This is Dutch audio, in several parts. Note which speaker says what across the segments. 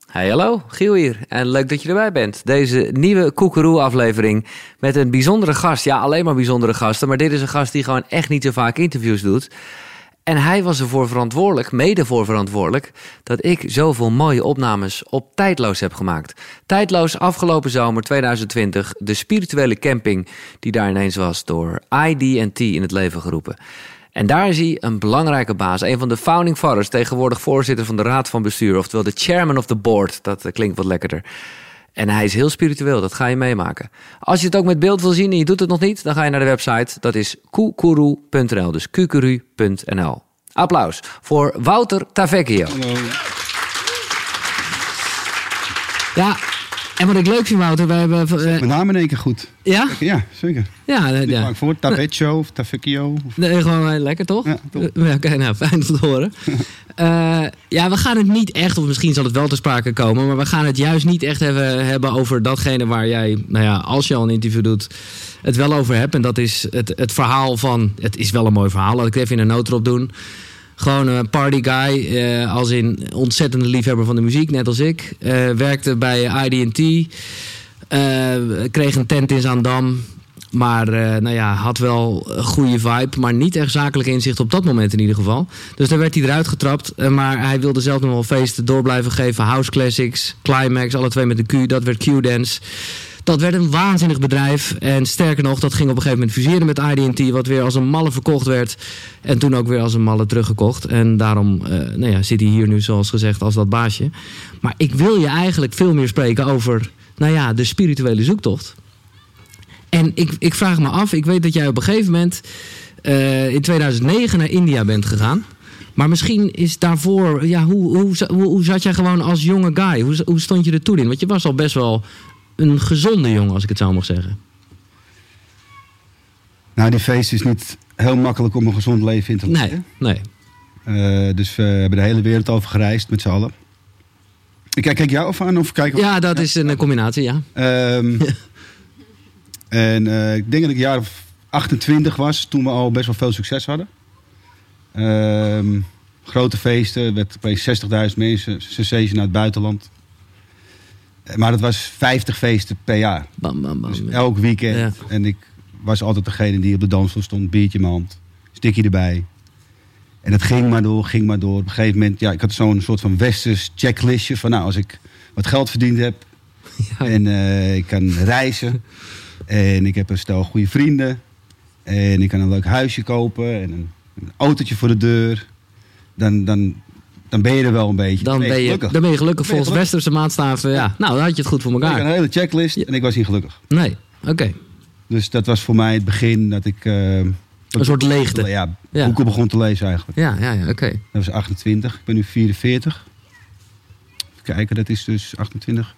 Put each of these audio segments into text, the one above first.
Speaker 1: Hey, hallo, Giel hier. En leuk dat je erbij bent. Deze nieuwe Koekeroe-aflevering met een bijzondere gast. Ja, alleen maar bijzondere gasten. Maar dit is een gast die gewoon echt niet zo vaak interviews doet. En hij was ervoor verantwoordelijk, mede voor verantwoordelijk, dat ik zoveel mooie opnames op Tijdloos heb gemaakt. Tijdloos afgelopen zomer 2020, de spirituele camping die daar ineens was door ID&T in het leven geroepen. En daar is hij een belangrijke baas, een van de founding fathers, tegenwoordig voorzitter van de raad van bestuur, oftewel de chairman of the board, dat klinkt wat lekkerder. En hij is heel spiritueel, dat ga je meemaken. Als je het ook met beeld wil zien en je doet het nog niet, dan ga je naar de website. Dat is koekeroe.nl, dus kukuru.nl. Applaus voor Wouter Tavecchio.
Speaker 2: Hallo.
Speaker 1: Ja, en wat ik leuk vind, Wouter, wij hebben...
Speaker 2: Mijn naam in één keer goed.
Speaker 1: Ja?
Speaker 2: Ja, zeker.
Speaker 1: Ja.
Speaker 2: Maak voor Tavecchio of Tavecchio.
Speaker 1: Nee, gewoon lekker, toch?
Speaker 2: Ja, top.
Speaker 1: Ja, oké, nou, fijn om te horen. We gaan het niet echt, of misschien zal het wel ter sprake komen, maar we gaan het juist niet echt hebben over datgene waar jij, als je al een interview doet, het wel over hebt. En dat is het verhaal van, het is wel een mooi verhaal, laat ik even in een noot erop doen. Gewoon een party guy, als in ontzettende liefhebber van de muziek, net als ik. Werkte bij ID&T, kreeg een tent in Zaandam. Maar had wel een goede vibe, maar niet echt zakelijk inzicht op dat moment in ieder geval. Dus daar werd hij eruit getrapt. Maar hij wilde zelf nog wel feesten door blijven geven. House Classics, Climax, alle twee met de Q. Dat werd Q-Dance. Dat werd een waanzinnig bedrijf. En sterker nog, dat ging op een gegeven moment fuseren met ID&T, wat weer als een malle verkocht werd. En toen ook weer als een malle teruggekocht. En daarom zit hij hier nu, zoals gezegd, als dat baasje. Maar ik wil je eigenlijk veel meer spreken over de spirituele zoektocht. En ik vraag me af, ik weet dat jij op een gegeven moment in 2009 naar India bent gegaan. Maar misschien is daarvoor, hoe zat jij gewoon als jonge guy? Hoe stond je er toen in? Want je was al best wel een gezonde jongen, als ik het zo mag zeggen.
Speaker 2: Nou, die feest is niet heel makkelijk om een gezond leven in te leiden.
Speaker 1: Nee.
Speaker 2: Dus we hebben de hele wereld over gereisd met z'n allen. Kijk jou of aan? Of kijk of...
Speaker 1: Ja, dat is een combinatie, ja.
Speaker 2: En ik denk dat ik een jaar of 28 was toen we al best wel veel succes hadden. Grote feesten, werd opeens 60.000 mensen, sensation naar het buitenland. Maar dat was 50 feesten per jaar.
Speaker 1: Bam, bam, bam.
Speaker 2: Dus elk weekend. Ja. En ik was altijd degene die op de dansvloer stond, biertje in mijn hand, stikje erbij. En dat ging maar door. Op een gegeven moment, ik had zo'n soort van westers checklistje van als ik wat geld verdiend heb en ik kan reizen. En ik heb een stel goede vrienden. En ik kan een leuk huisje kopen. En een autootje voor de deur. Dan ben je er wel een beetje.
Speaker 1: Dan ben je gelukkig volgens westerse maatstaven. Ja. Nou, dan had je het goed voor elkaar.
Speaker 2: Ik had een hele checklist en ik was niet gelukkig.
Speaker 1: Nee, oké.
Speaker 2: Dus dat was voor mij het begin dat ik...
Speaker 1: een soort leegte.
Speaker 2: Boeken begon te lezen eigenlijk.
Speaker 1: Ja, oké.
Speaker 2: Dat was 28. Ik ben nu 44. Even kijken, dat is dus 28.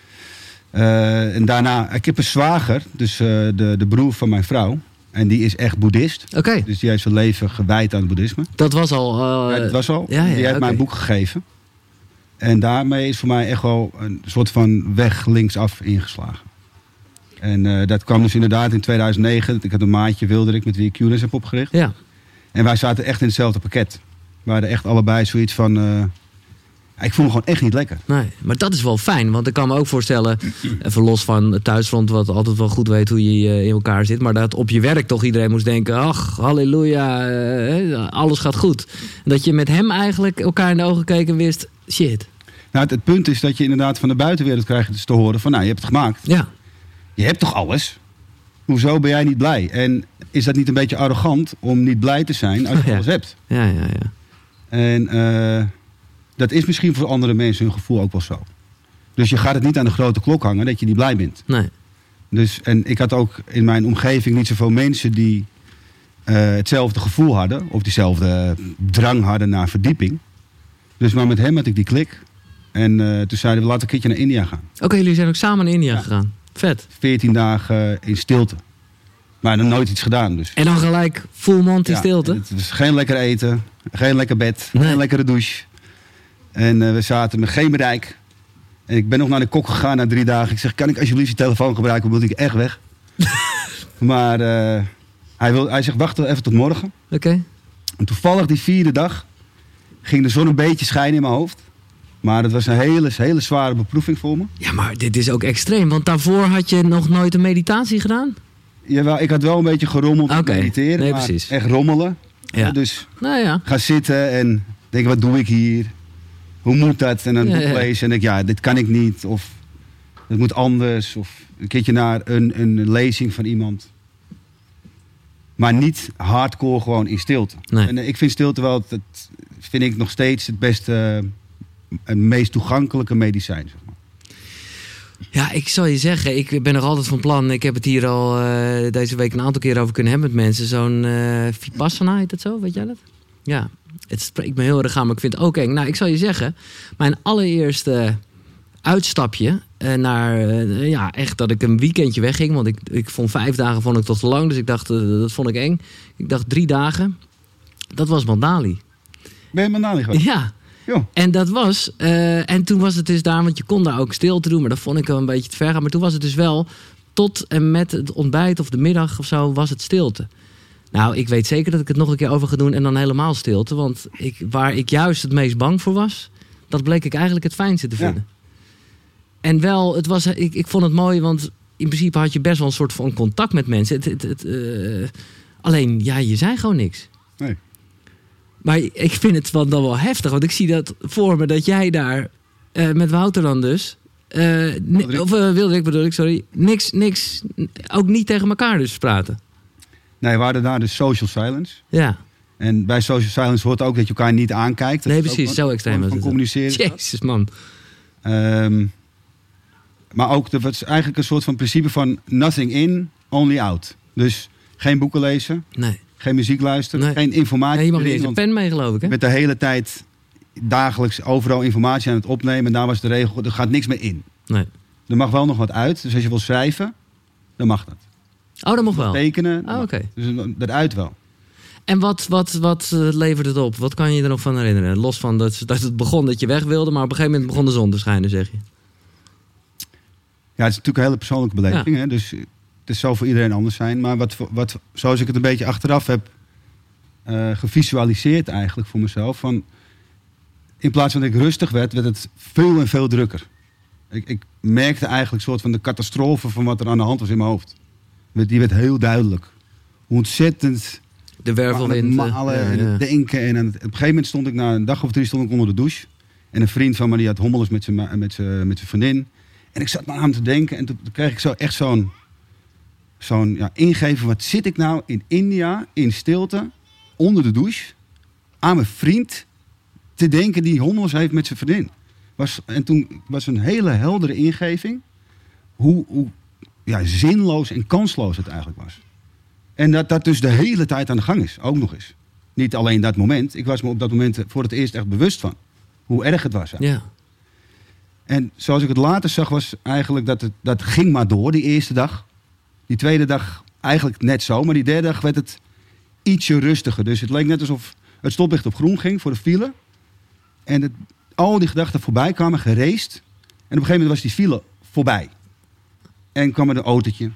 Speaker 2: En daarna, ik heb een zwager, dus de broer van mijn vrouw. En die is echt boeddhist.
Speaker 1: Okay.
Speaker 2: Dus die heeft zijn leven gewijd aan het boeddhisme.
Speaker 1: Dat was al...
Speaker 2: dat was al. Die heeft mij een boek gegeven. En daarmee is voor mij echt wel een soort van weg linksaf ingeslagen. En dat kwam dus inderdaad in 2009. Ik had een maatje, Wilderik, met wie ik Q-Dance heb opgericht. Ja. En wij zaten echt in hetzelfde pakket. We hadden echt allebei zoiets van... ik voel me gewoon echt niet lekker.
Speaker 1: Nee, maar dat is wel fijn. Want ik kan me ook voorstellen, even los van het thuisfront, wat altijd wel goed weet hoe je in elkaar zit. Maar dat op je werk toch iedereen moest denken, ach, halleluja, alles gaat goed. En dat je met hem eigenlijk elkaar in de ogen keek en wist, shit.
Speaker 2: Nou, het punt is dat je inderdaad van de buitenwereld krijgt dus te horen van, je hebt het gemaakt.
Speaker 1: Ja.
Speaker 2: Je hebt toch alles? Hoezo ben jij niet blij? En is dat niet een beetje arrogant om niet blij te zijn als je alles hebt?
Speaker 1: Ja.
Speaker 2: En... dat is misschien voor andere mensen hun gevoel ook wel zo. Dus je gaat het niet aan de grote klok hangen dat je niet blij bent.
Speaker 1: Nee.
Speaker 2: Dus, en ik had ook in mijn omgeving niet zoveel mensen die hetzelfde gevoel hadden. Of diezelfde drang hadden naar verdieping. Dus maar met hem had ik die klik. En toen zeiden we, laten we een keertje naar India gaan.
Speaker 1: Oké, jullie zijn ook samen naar India gegaan. Vet.
Speaker 2: 14 dagen in stilte. Maar dan nooit iets gedaan. Dus.
Speaker 1: En dan gelijk full mond in stilte?
Speaker 2: Het was geen lekker eten. Geen lekker bed. Geen lekkere douche. En we zaten met geen bereik. En ik ben nog naar de kok gegaan na 3 dagen. Ik zeg, kan ik alsjeblieft je telefoon gebruiken? Want ik echt weg. Maar hij zegt, wacht even tot morgen.
Speaker 1: Oké.
Speaker 2: En toevallig die 4e dag ging de zon een beetje schijnen in mijn hoofd. Maar het was een hele zware beproeving voor me.
Speaker 1: Ja, maar dit is ook extreem. Want daarvoor had je nog nooit een meditatie gedaan?
Speaker 2: Jawel, ik had wel een beetje gerommeld met mediteren.
Speaker 1: Nee,
Speaker 2: maar
Speaker 1: precies.
Speaker 2: echt rommelen.
Speaker 1: Ja.
Speaker 2: Dus
Speaker 1: Nou
Speaker 2: ga zitten en denken, wat doe ik hier? Hoe moet dat? En een boek lezen en denk, ja, dit kan ik niet. Of het moet anders. Of een keertje naar een lezing van iemand. Maar niet hardcore gewoon in stilte.
Speaker 1: Nee.
Speaker 2: En ik vind stilte wel, dat vind ik nog steeds het beste, het meest toegankelijke medicijn. Zeg maar.
Speaker 1: Ja, ik zal je zeggen, ik ben nog altijd van plan. Ik heb het hier al deze week een aantal keer over kunnen hebben met mensen. Zo'n Vipassana heet het zo, weet jij dat? Ja, het spreekt me heel erg aan, maar ik vind het ook eng. Nou, ik zal je zeggen, mijn allereerste uitstapje naar, echt dat ik een weekendje wegging. Want ik vond 5 dagen vond ik toch te lang, dus ik dacht, dat vond ik eng. Ik dacht 3 dagen, dat was Mandali.
Speaker 2: Ben je Mandali geweest?
Speaker 1: Ja.
Speaker 2: Jo.
Speaker 1: En dat was, en toen was het dus daar, want je kon daar ook stil te doen, maar dat vond ik wel een beetje te ver gaan. Maar toen was het dus wel, tot en met het ontbijt of de middag of zo, was het stilte. Nou, ik weet zeker dat ik het nog een keer over ga doen en dan helemaal stilte. Want waar ik juist het meest bang voor was, dat bleek ik eigenlijk het fijnste te vinden. Ja. En wel, ik vond het mooi, want in principe had je best wel een soort van contact met mensen. Alleen, ja, je zei gewoon niks.
Speaker 2: Nee.
Speaker 1: Maar ik vind het dan wel heftig, want ik zie dat voor me dat jij daar met Wouter dan dus, Wilderik bedoel ik, sorry, niks, ook niet tegen elkaar dus praten.
Speaker 2: Nee, we hadden daar de social silence.
Speaker 1: Ja. En
Speaker 2: bij social silence hoort ook dat je elkaar niet aankijkt. Dat
Speaker 1: nee, precies, zo extreem was het.
Speaker 2: Communiceren.
Speaker 1: Jezus, man.
Speaker 2: Maar ook, dat is eigenlijk een soort van principe van nothing in, only out. Dus geen boeken lezen.
Speaker 1: Nee.
Speaker 2: Geen muziek luisteren, geen informatie.
Speaker 1: Ja, je mag niet eens een pen mee, geloof ik. Hè?
Speaker 2: Je bent de hele tijd dagelijks overal informatie aan het opnemen. En daar was de regel, er gaat niks meer in.
Speaker 1: Nee.
Speaker 2: Er mag wel nog wat uit. Dus als je wil schrijven, dan mag dat.
Speaker 1: Oh, dat mag wel.
Speaker 2: Tekenen,
Speaker 1: oké.
Speaker 2: Dus dat uit wel.
Speaker 1: En wat levert het op? Wat kan je er nog van herinneren? Los van dat het begon dat je weg wilde, maar op een gegeven moment begon de zon te schijnen, zeg je.
Speaker 2: Ja, het is natuurlijk een hele persoonlijke beleving. Ja. Hè? Dus het zal voor iedereen anders zijn. Maar wat zoals ik het een beetje achteraf heb gevisualiseerd eigenlijk voor mezelf. Van, in plaats van dat ik rustig werd het veel en veel drukker. Ik merkte eigenlijk een soort van de catastrofe van wat er aan de hand was in mijn hoofd. Die werd heel duidelijk. Hoe ontzettend
Speaker 1: de wervelwind.
Speaker 2: Aan het malen en het denken. En op een gegeven moment stond ik na een dag of 3 stond ik onder de douche. En een vriend van me die had hommeles met zijn vriendin. En ik zat maar aan te denken. En toen kreeg ik echt zo'n ingeven. Wat zit ik nou in India, in stilte, onder de douche, aan mijn vriend te denken die hommeles heeft met zijn vriendin. En toen was een hele heldere ingeving. Hoe zinloos en kansloos het eigenlijk was. En dat dus de hele tijd aan de gang is, ook nog eens. Niet alleen dat moment. Ik was me op dat moment voor het eerst echt bewust van. Hoe erg het was.
Speaker 1: Ja.
Speaker 2: En zoals ik het later zag, was eigenlijk dat ging maar door, die eerste dag. Die tweede dag eigenlijk net zo. Maar die derde dag werd het ietsje rustiger. Dus het leek net alsof het stoplicht op groen ging voor de file. En al die gedachten voorbij kwamen, gereest. En op een gegeven moment was die file voorbij. En kwam er een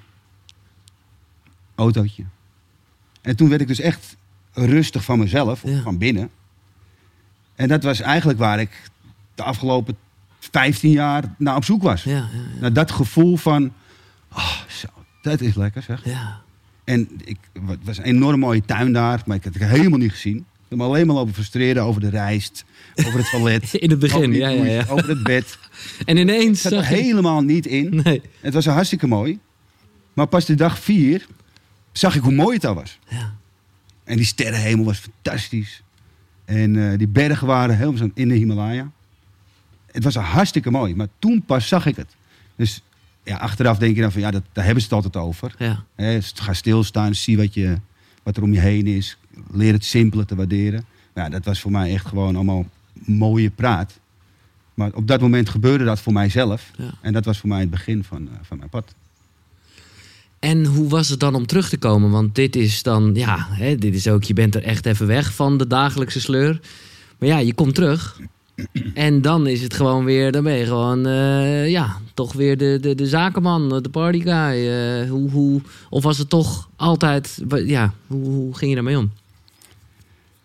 Speaker 2: autootje. En toen werd ik dus echt rustig van mezelf, van binnen. En dat was eigenlijk waar ik de afgelopen 15 jaar naar op zoek was.
Speaker 1: Ja.
Speaker 2: Naar dat gevoel van, zo, dat is lekker zeg.
Speaker 1: Ja.
Speaker 2: En het was een enorm mooie tuin daar, maar ik had het helemaal niet gezien. Ik heb me alleen maar lopen frustreren over de rijst, over het toilet.
Speaker 1: In het begin,
Speaker 2: over het bed.
Speaker 1: En ineens
Speaker 2: zat er helemaal niet in.
Speaker 1: Nee.
Speaker 2: Het was hartstikke mooi. Maar pas de dag 4 zag ik hoe mooi het al was.
Speaker 1: Ja.
Speaker 2: En die sterrenhemel was fantastisch. En die bergen waren helemaal in de Himalaya. Het was hartstikke mooi, maar toen pas zag ik het. Dus ja, achteraf denk je dan van, ja, daar hebben ze het altijd over.
Speaker 1: Ja.
Speaker 2: Ga stilstaan, zie wat er om je heen is. Leer het simpele te waarderen. Ja, dat was voor mij echt gewoon allemaal mooie praat. Maar op dat moment gebeurde dat voor mijzelf.
Speaker 1: Ja.
Speaker 2: En dat was voor mij het begin van mijn pad.
Speaker 1: En hoe was het dan om terug te komen? Want dit is dan, dit is ook, je bent er echt even weg van de dagelijkse sleur. Maar ja, je komt terug. En dan is het gewoon weer, dan ben je gewoon, toch weer de zakenman, de partyguy. Of was het toch altijd, hoe ging je daarmee om?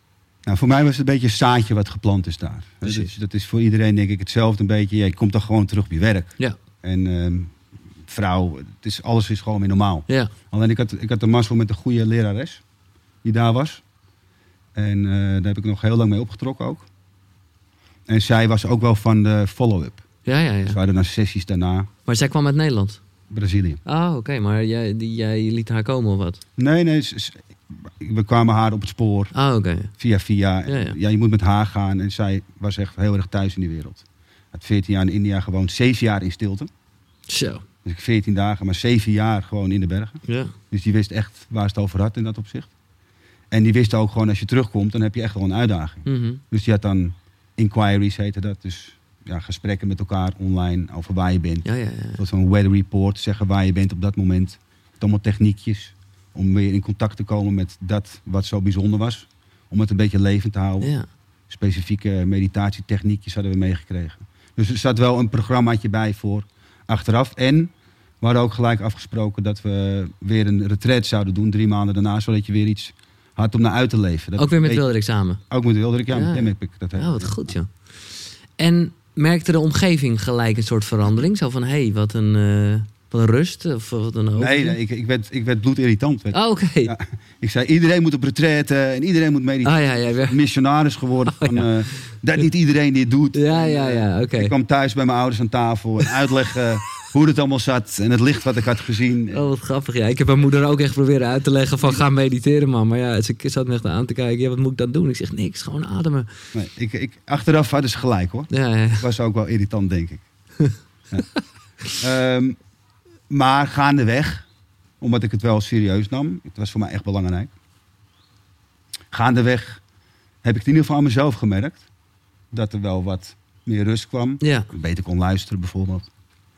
Speaker 2: Nou, voor mij was het een beetje een zaadje wat geplant is daar. Dus dat is voor iedereen denk ik hetzelfde een beetje. Je komt dan gewoon terug op je werk.
Speaker 1: Ja.
Speaker 2: En vrouw, alles is gewoon weer normaal.
Speaker 1: Ja.
Speaker 2: Alleen ik had de mazzel met een goede lerares die daar was. En daar heb ik nog heel lang mee opgetrokken ook. En zij was ook wel van de follow-up.
Speaker 1: Ja.
Speaker 2: Dus we hadden dan sessies daarna.
Speaker 1: Maar zij kwam uit Nederland?
Speaker 2: Brazilië.
Speaker 1: Oh, oké. Maar jij liet haar komen of wat?
Speaker 2: Nee. We kwamen haar op het spoor.
Speaker 1: Oh, oké.
Speaker 2: Via.
Speaker 1: Ja.
Speaker 2: Ja, je moet met haar gaan. En zij was echt heel erg thuis in die wereld. Had 14 jaar in India gewoond. 7 jaar in stilte.
Speaker 1: Zo.
Speaker 2: Dus 14 dagen, maar 7 jaar gewoon in de bergen.
Speaker 1: Ja.
Speaker 2: Dus die wist echt waar ze het over had in dat opzicht. En die wist ook gewoon, als je terugkomt, dan heb je echt wel een uitdaging.
Speaker 1: Mm-hmm.
Speaker 2: Dus die had dan inquiries, heette dat. Dus ja, gesprekken met elkaar online over waar je bent.
Speaker 1: Ja.
Speaker 2: Tot zo'n weather report, zeggen waar je bent op dat moment. Met allemaal techniekjes. Om weer in contact te komen met dat wat zo bijzonder was. Om het een beetje levend te houden.
Speaker 1: Ja.
Speaker 2: Specifieke meditatietechniekjes hadden we meegekregen. Dus er zat wel een programmaatje bij voor achteraf. En we hadden ook gelijk afgesproken dat we weer een retreat zouden doen 3 maanden daarna. Zodat je weer iets had om naar uit te leven. Dat
Speaker 1: ook weer met Wilderik samen?
Speaker 2: Ook met Wilderik, ja.
Speaker 1: Ja.
Speaker 2: Met hem heb ik dat.
Speaker 1: Oh, wat goed, joh. En merkte de omgeving gelijk een soort verandering? Zo van, wat een rust? Of wat een hoofd?
Speaker 2: Nee, ik werd bloedirritant.
Speaker 1: Oh, oké.
Speaker 2: Ja, ik zei, iedereen moet op retraite en iedereen moet mediteren.
Speaker 1: Ja.
Speaker 2: Missionaris geworden. Dat niet iedereen dit doet.
Speaker 1: Ja, oké.
Speaker 2: Ik kwam thuis bij mijn ouders aan tafel en uitleggen hoe het allemaal zat. En het licht wat ik had gezien.
Speaker 1: Oh, wat grappig. Ja, ik heb mijn moeder ook echt proberen uit te leggen van ga mediteren, man. Maar ja, ze zat me echt aan te kijken. Ja, wat moet ik dan doen? Ik zeg niks, gewoon ademen.
Speaker 2: Nee, achteraf hadden ze gelijk, hoor.
Speaker 1: Ja.
Speaker 2: Het was ook wel irritant, denk ik. Ja. Maar gaandeweg, omdat ik het wel serieus nam. Het was voor mij echt belangrijk. Gaandeweg heb ik in ieder geval aan mezelf gemerkt. Dat er wel wat meer rust kwam.
Speaker 1: Ja.
Speaker 2: Beter kon luisteren bijvoorbeeld.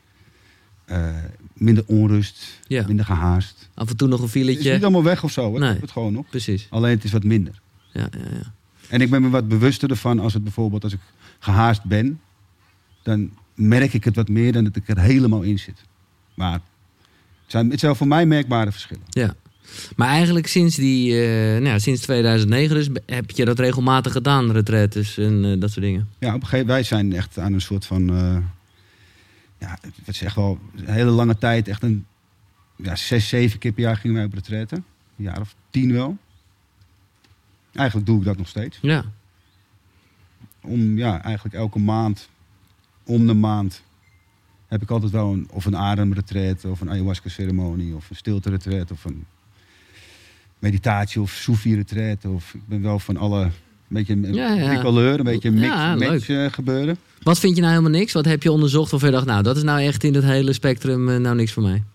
Speaker 2: Minder onrust.
Speaker 1: Ja.
Speaker 2: Minder gehaast.
Speaker 1: Af en toe nog een
Speaker 2: Het is
Speaker 1: filetje.
Speaker 2: niet allemaal weg of zo. Hè?
Speaker 1: Nee.
Speaker 2: Ik heb het gewoon nog.
Speaker 1: Precies.
Speaker 2: Alleen het is wat minder.
Speaker 1: Ja.
Speaker 2: En ik ben me wat bewuster ervan als ik gehaast ben. Dan merk ik het wat meer dan dat ik er helemaal in zit. Maar het zijn voor mij merkbare verschillen.
Speaker 1: Ja. Maar eigenlijk sinds sinds 2009 dus heb je dat regelmatig gedaan, retraites en dat soort dingen.
Speaker 2: Ja, op een gegeven moment, wij zijn echt aan een soort van, het is echt wel een hele lange tijd, echt 6, 7 keer per jaar gingen wij op retraite. Een jaar of 10 wel. Eigenlijk doe ik dat nog steeds.
Speaker 1: Ja.
Speaker 2: Eigenlijk elke maand, om de maand, heb ik altijd wel een ademretreat of een ayahuasca-ceremonie of een stilte-retreat of een meditatie of Soefi-retreat. Of ik ben wel van alle, een beetje bricoleur, een beetje mix gebeuren.
Speaker 1: Wat vind je nou helemaal niks? Wat heb je onderzocht of je dacht, nou dat is nou echt in het hele spectrum nou niks voor mij?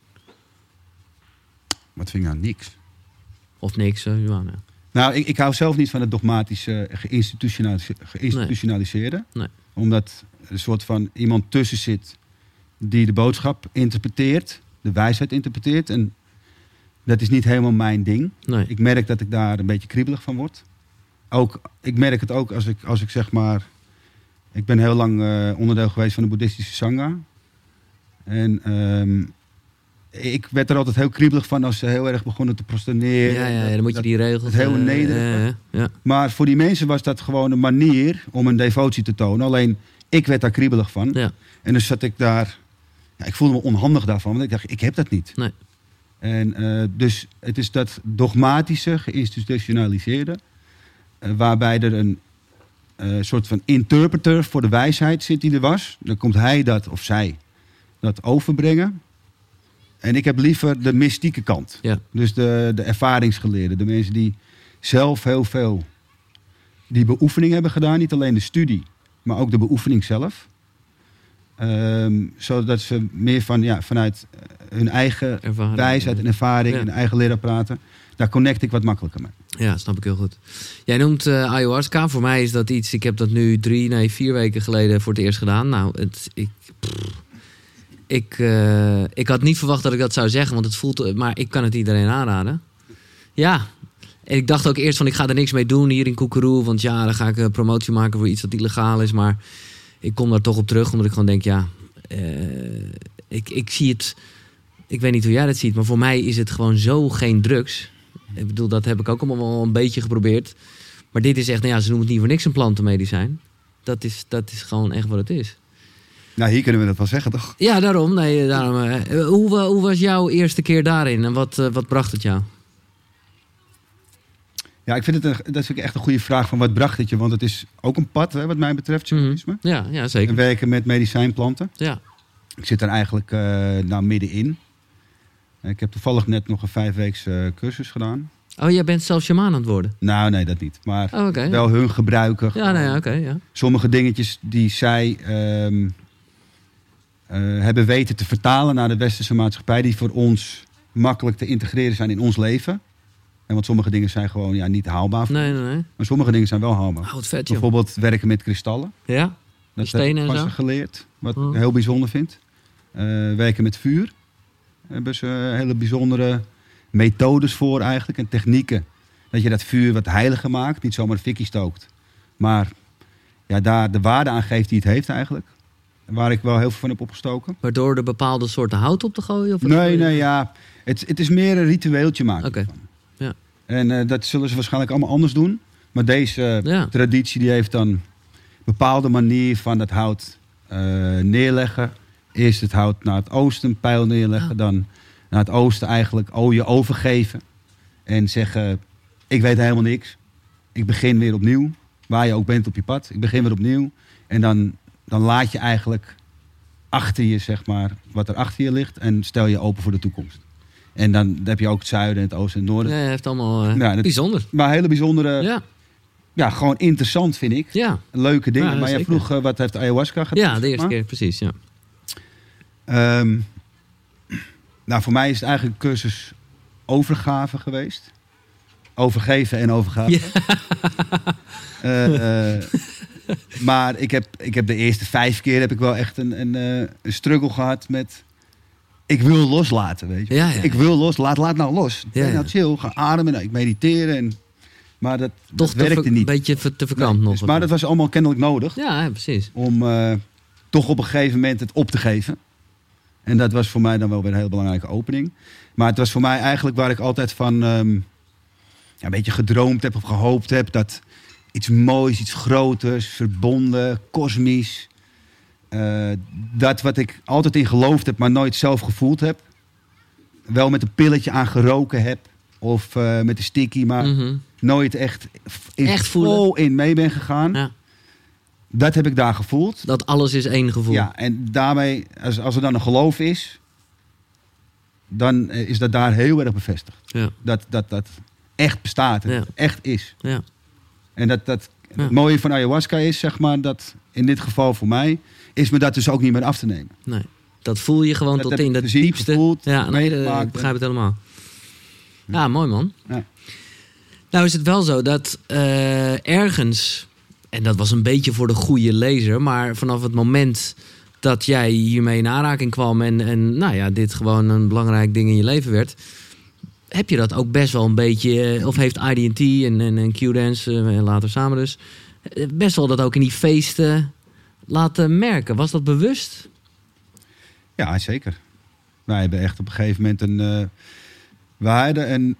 Speaker 2: Wat vind ik nou niks?
Speaker 1: Of niks?
Speaker 2: Nou, ik hou zelf niet van het dogmatische, geïnstitutionaliseerde.
Speaker 1: Nee.
Speaker 2: Omdat er een soort van iemand tussen zit die de boodschap interpreteert, de wijsheid interpreteert. En dat is niet helemaal mijn ding.
Speaker 1: Nee.
Speaker 2: Ik merk dat ik daar een beetje kriebelig van word. Ik merk het ook als ik zeg maar... Ik ben heel lang onderdeel geweest van de boeddhistische sangha. En ik werd er altijd heel kriebelig van als ze heel erg begonnen te prostoneren.
Speaker 1: Ja, dan moet je die regels...
Speaker 2: Het heel nederig.
Speaker 1: Ja.
Speaker 2: Maar voor die mensen was dat gewoon een manier om een devotie te tonen. Alleen, ik werd daar kriebelig van.
Speaker 1: Ja.
Speaker 2: En dus zat ik daar... Ja, ik voelde me onhandig daarvan, want ik dacht, ik heb dat niet.
Speaker 1: Nee.
Speaker 2: En dus het is dat dogmatische, geïnstitutionaliseerde... waarbij er een soort van interpreter voor de wijsheid zit die er was. Dan komt hij dat, of zij, dat overbrengen. En ik heb liever de mystieke kant.
Speaker 1: Ja.
Speaker 2: Dus de ervaringsgeleerden. De mensen die zelf heel veel die beoefening hebben gedaan. Niet alleen de studie, maar ook de beoefening zelf. Zodat ze meer vanuit hun eigen wijsheid en ervaring... en eigen leren praten. Daar connect ik wat makkelijker mee.
Speaker 1: Ja, snap ik heel goed. Jij noemt ayahuasca. Voor mij is dat iets... Ik heb dat nu 4 weken geleden voor het eerst gedaan. Nou, ik had niet verwacht dat ik dat zou zeggen, want het voelt... Maar ik kan het iedereen aanraden. Ja. En ik dacht ook eerst van, ik ga er niks mee doen hier in Koekeroe. Want ja, dan ga ik promotie maken voor iets dat illegaal is. Maar ik kom daar toch op terug, omdat ik gewoon denk, ik zie het... Ik weet niet hoe jij dat ziet, maar voor mij is het gewoon zo geen drugs. Ik bedoel, dat heb ik ook allemaal wel een beetje geprobeerd. Maar dit is echt, nou ja, ze noemen het niet voor niks een plantenmedicijn. Dat is gewoon echt wat het is.
Speaker 2: Nou, hier kunnen we dat wel zeggen, toch?
Speaker 1: Ja, daarom. Hoe was jouw eerste keer daarin en wat bracht het jou?
Speaker 2: Ja, ik vind dat is echt een goede vraag van wat bracht het je? Want het is ook een pad, hè, wat mij betreft, shamanisme.
Speaker 1: Ja, zeker.
Speaker 2: En werken met medicijnplanten.
Speaker 1: Ja.
Speaker 2: Ik zit er eigenlijk middenin. Ik heb toevallig net nog een 5-weekse cursus gedaan.
Speaker 1: Oh, jij bent zelf shamaan aan het worden?
Speaker 2: Nou, nee, dat niet. Maar
Speaker 1: okay,
Speaker 2: wel hun gebruiken.
Speaker 1: Ja, oké.
Speaker 2: Sommige dingetjes die zij hebben weten te vertalen naar de westerse maatschappij, die voor ons makkelijk te integreren zijn in ons leven. En want sommige dingen zijn gewoon niet haalbaar.
Speaker 1: Nee.
Speaker 2: Maar sommige dingen zijn wel haalbaar.
Speaker 1: Oh, wat vet, joh.
Speaker 2: Bijvoorbeeld werken met kristallen.
Speaker 1: Ja,
Speaker 2: dat
Speaker 1: stenen
Speaker 2: heb ik
Speaker 1: en zo.
Speaker 2: geleerd. Wat ik heel bijzonder vind. Werken met vuur. Hebben ze hele bijzondere methodes voor eigenlijk. En technieken. Dat je dat vuur wat heiliger maakt. Niet zomaar een fikkie stookt. Maar daar de waarde aan geeft die het heeft eigenlijk. Waar ik wel heel veel van heb opgestoken.
Speaker 1: Waardoor er bepaalde soorten hout op te gooien? Of
Speaker 2: het is meer een ritueeltje maken.
Speaker 1: Okay. Ja.
Speaker 2: En dat zullen ze waarschijnlijk allemaal anders doen. Maar deze traditie die heeft dan een bepaalde manier van dat hout neerleggen. Eerst het hout naar het oosten pijl neerleggen. Dan naar het oosten eigenlijk je overgeven. En zeggen, ik weet helemaal niks. Ik begin weer opnieuw. Waar je ook bent op je pad. Ik begin weer opnieuw. En dan laat je eigenlijk achter je, zeg maar, wat er achter je ligt. En stel je open voor de toekomst. En dan heb je ook het zuiden, het oosten en het noorden.
Speaker 1: Ja, het heeft allemaal bijzonder.
Speaker 2: Maar hele bijzondere, gewoon interessant vind ik.
Speaker 1: Ja.
Speaker 2: Leuke dingen.
Speaker 1: Ja,
Speaker 2: maar jij vroeg, wat heeft ayahuasca gedaan?
Speaker 1: Ja, de eerste keer, precies, ja.
Speaker 2: Voor mij is het eigenlijk een cursus overgave geweest. Overgeven en overgave. Ja. Maar ik heb de eerste 5 keer heb ik wel echt een struggle gehad met... Ik wil loslaten, weet je.
Speaker 1: Ja.
Speaker 2: Ik wil los, laat nou los.
Speaker 1: Ja.
Speaker 2: Nou chill, ga ademen, ik mediteren. Maar dat werkte niet.
Speaker 1: Een beetje te verkrampt nog.
Speaker 2: Maar dat was allemaal kennelijk nodig.
Speaker 1: Ja, precies.
Speaker 2: Om toch op een gegeven moment het op te geven. En dat was voor mij dan wel weer een hele belangrijke opening. Maar het was voor mij eigenlijk waar ik altijd van een beetje gedroomd heb of gehoopt heb. Dat iets moois, iets groters, verbonden, kosmisch. Dat wat ik altijd in geloofd heb, maar nooit zelf gevoeld heb. Wel met een pilletje aan geroken heb. Of met een sticky, maar nooit echt vol in mee ben gegaan. Ja. Dat heb ik daar gevoeld.
Speaker 1: Dat alles is één gevoel.
Speaker 2: Ja, en daarmee, als er dan een geloof is, dan is dat daar heel erg bevestigd. Ja. Dat echt bestaat, dat het echt is. Ja. En het mooie van ayahuasca is, zeg maar, dat in dit geval voor mij, is me dat dus ook niet meer af te nemen.
Speaker 1: Nee, dat voel je gewoon tot in het diepste.
Speaker 2: Gevoeld,
Speaker 1: ik begrijp het helemaal. Ja, mooi man. Ja. Nou is het wel zo dat ergens, en dat was een beetje voor de goede lezer, maar vanaf het moment dat jij hiermee in aanraking kwam en dit gewoon een belangrijk ding in je leven werd, heb je dat ook best wel een beetje, of heeft IDT en Q-Dance, en later samen dus, best wel dat ook in die feesten laten merken. Was dat bewust?
Speaker 2: Ja, zeker. Wij hebben echt op een gegeven moment we hadden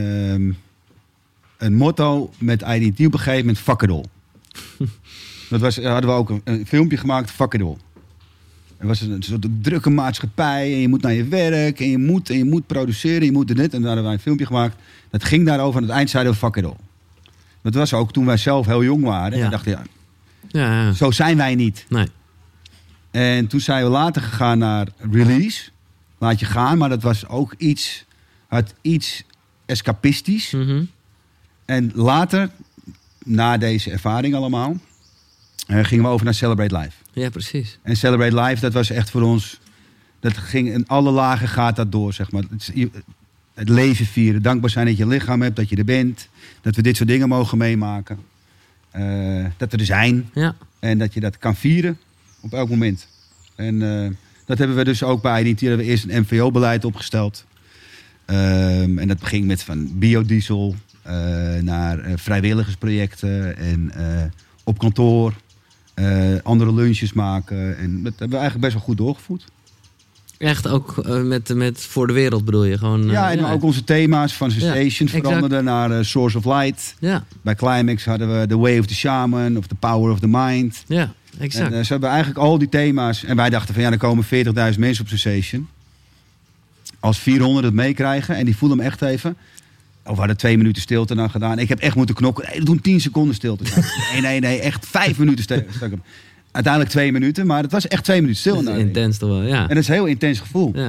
Speaker 2: een motto met IDT op een gegeven moment, fuck it all. Hadden we ook een filmpje gemaakt, fuck it all. Er was een soort drukke maatschappij en je moet naar je werk en je moet produceren, je moet dit. En dan hadden wij een filmpje gemaakt. Dat ging daarover en aan het eind zeiden we fuck it all. Dat was ook toen wij zelf heel jong waren. En dachten, zo zijn wij niet.
Speaker 1: Nee.
Speaker 2: En toen zijn we later gegaan naar release. Laat je gaan, maar dat was ook iets escapistisch. Mm-hmm. En later, na deze ervaring allemaal, gingen we over naar Celebrate Life.
Speaker 1: Ja, precies.
Speaker 2: En Celebrate Life, dat was echt voor ons, dat ging in alle lagen gaat dat door, zeg maar. Het leven vieren, dankbaar zijn dat je lichaam hebt, dat je er bent, dat we dit soort dingen mogen meemaken. Dat we er zijn. Ja. En dat je dat kan vieren op elk moment. En dat hebben we dus ook bij IDT. Hebben we eerst een MVO-beleid opgesteld. En dat ging met van biodiesel naar vrijwilligersprojecten en op kantoor andere lunches maken. En dat hebben we eigenlijk best wel goed doorgevoerd.
Speaker 1: Echt ook met voor de wereld bedoel je? Gewoon,
Speaker 2: en ook onze thema's van Sensation veranderden naar Source of Light.
Speaker 1: Ja.
Speaker 2: Bij Climax hadden we The Way of the Shaman of The Power of the Mind.
Speaker 1: Ja, exact.
Speaker 2: En, ze hebben eigenlijk al die thema's. En wij dachten van er komen 40.000 mensen op Sensation. Als 400 het meekrijgen en die voelen hem echt even. Of we hadden 2 minuten stilte dan gedaan. Ik heb echt moeten knokken. Nee, doen 10 seconden stilte. Nee, echt 5 minuten stilte. Uiteindelijk 2 minuten, maar het was echt 2 minuten stil.
Speaker 1: Dat is intens toch wel, ja.
Speaker 2: En dat is een heel intens gevoel.
Speaker 1: Ja.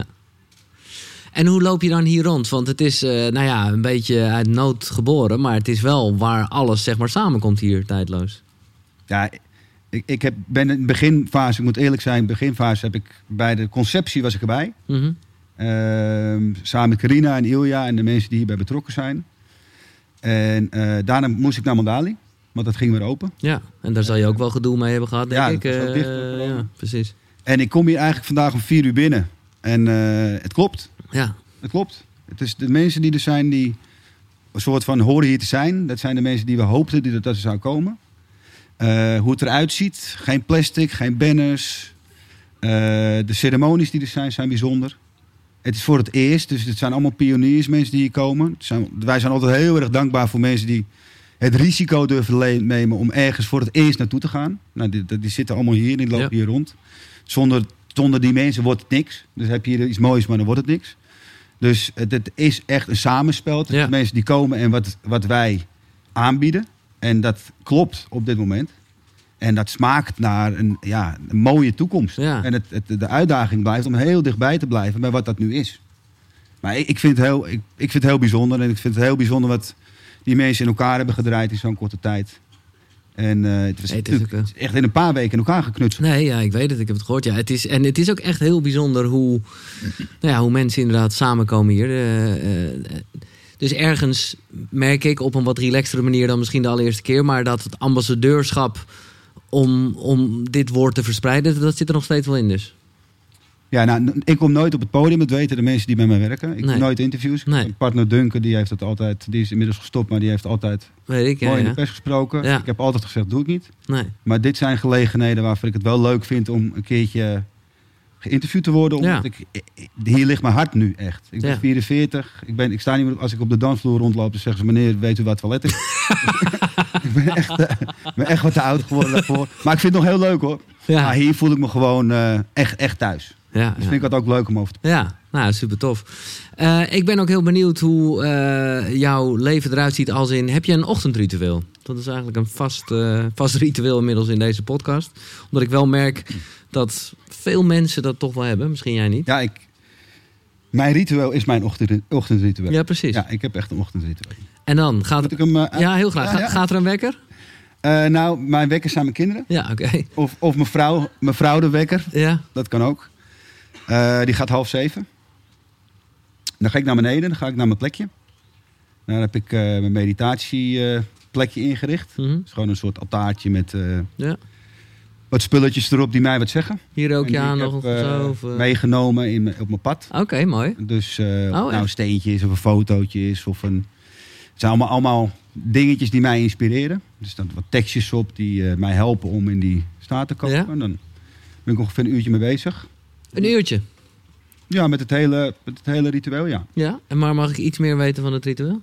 Speaker 1: En hoe loop je dan hier rond? Want het is een beetje uit nood geboren, maar het is wel waar alles zeg maar samenkomt hier, Tijdloos.
Speaker 2: Ja, ik ben in de beginfase, ik moet eerlijk zijn, in de beginfase heb ik bij de conceptie was ik erbij.
Speaker 1: Mm-hmm.
Speaker 2: Samen met Carina en Ilja en de mensen die hierbij betrokken zijn. En daarna moest ik naar Mandali. Want dat ging weer open.
Speaker 1: Ja, en daar zal je ook wel gedoe mee hebben gehad, denk ik.
Speaker 2: Ja, dat is ook dicht.
Speaker 1: Ja, precies.
Speaker 2: En ik kom hier eigenlijk vandaag om 4 uur binnen. En het klopt.
Speaker 1: Ja.
Speaker 2: Het klopt. Het is de mensen die er zijn die een soort van horen hier te zijn. Dat zijn de mensen die we hoopten dat er zou komen. Hoe het eruit ziet. Geen plastic, geen banners. De ceremonies die er zijn bijzonder. Het is voor het eerst. Dus het zijn allemaal pioniers, mensen die hier komen. Wij zijn altijd heel erg dankbaar voor mensen die het risico durven nemen om ergens voor het eerst naartoe te gaan. Nou, die zitten allemaal hier, die lopen hier rond. Zonder die mensen wordt het niks. Dus heb je hier iets moois, maar dan wordt het niks. Dus het is echt een samenspel tussen de mensen die komen en wat wij aanbieden. En dat klopt op dit moment. En dat smaakt naar een mooie toekomst. Ja. En de uitdaging blijft om heel dichtbij te blijven bij wat dat nu is. Maar ik vind het heel bijzonder. En ik vind het heel bijzonder wat die mensen in elkaar hebben gedraaid in zo'n korte tijd. En het was echt in een paar weken in elkaar geknutseld.
Speaker 1: Nee, ja, ik weet het. Ik heb het gehoord. Ja, het is ook echt heel bijzonder hoe mensen inderdaad samenkomen hier. Dus ergens merk ik op een wat relaxtere manier dan misschien de allereerste keer. Maar dat het ambassadeurschap om dit woord te verspreiden, dat zit er nog steeds wel in dus.
Speaker 2: Ja, nou, ik kom nooit op het podium. Dat weten de mensen die bij mij werken. Ik doe nooit interviews. Mijn partner Duncan, die heeft het altijd. Die is inmiddels gestopt, maar die heeft altijd mooi in de pers gesproken. Ja. Ik heb altijd gezegd, doe ik niet. Nee. Maar dit zijn gelegenheden waarvan ik het wel leuk vind om een keertje geïnterviewd te worden. Omdat hier ligt mijn hart nu echt. Ik ben 44. Ik sta niet meer, als ik op de dansvloer rondloop, dan zeggen ze, meneer, weet u wat toilet is? Ik ben echt wat te oud geworden daarvoor. Maar ik vind het nog heel leuk hoor. Ja. Maar hier voel ik me gewoon echt thuis. Ja, dus vind ik dat ook leuk om over te praten.
Speaker 1: Ja, nou, super tof. Ik ben ook heel benieuwd hoe jouw leven eruit ziet als in... Heb je een ochtendritueel? Dat is eigenlijk een vast ritueel inmiddels in deze podcast. Omdat ik wel merk dat veel mensen dat toch wel hebben. Misschien jij niet.
Speaker 2: Ja, mijn ritueel is mijn ochtendritueel.
Speaker 1: Ja, precies.
Speaker 2: Ja, ik heb echt een ochtendritueel.
Speaker 1: En dan gaat het... Ja, heel graag. Ja. Gaat er een wekker?
Speaker 2: Nou, mijn wekker zijn mijn kinderen.
Speaker 1: Ja, oké.
Speaker 2: Of mijn vrouw de wekker. Ja. Dat kan ook. Die gaat 6:30. Dan ga ik naar beneden, dan ga ik naar mijn plekje. Daar heb ik mijn meditatieplekje ingericht. Mm-hmm. Het is gewoon een soort altaartje met wat spulletjes erop die mij wat zeggen.
Speaker 1: Hier ook nog of zo?
Speaker 2: Meegenomen op mijn pad.
Speaker 1: Oké, mooi.
Speaker 2: Dus steentjes of een fotootje is of een... Het zijn allemaal dingetjes die mij inspireren. Er staan wat tekstjes op die mij helpen om in die staat te komen. Ja? En dan ben ik ongeveer een uurtje mee bezig.
Speaker 1: Een uurtje?
Speaker 2: Ja, met het hele ritueel, ja.
Speaker 1: Ja, en maar mag ik iets meer weten van het ritueel?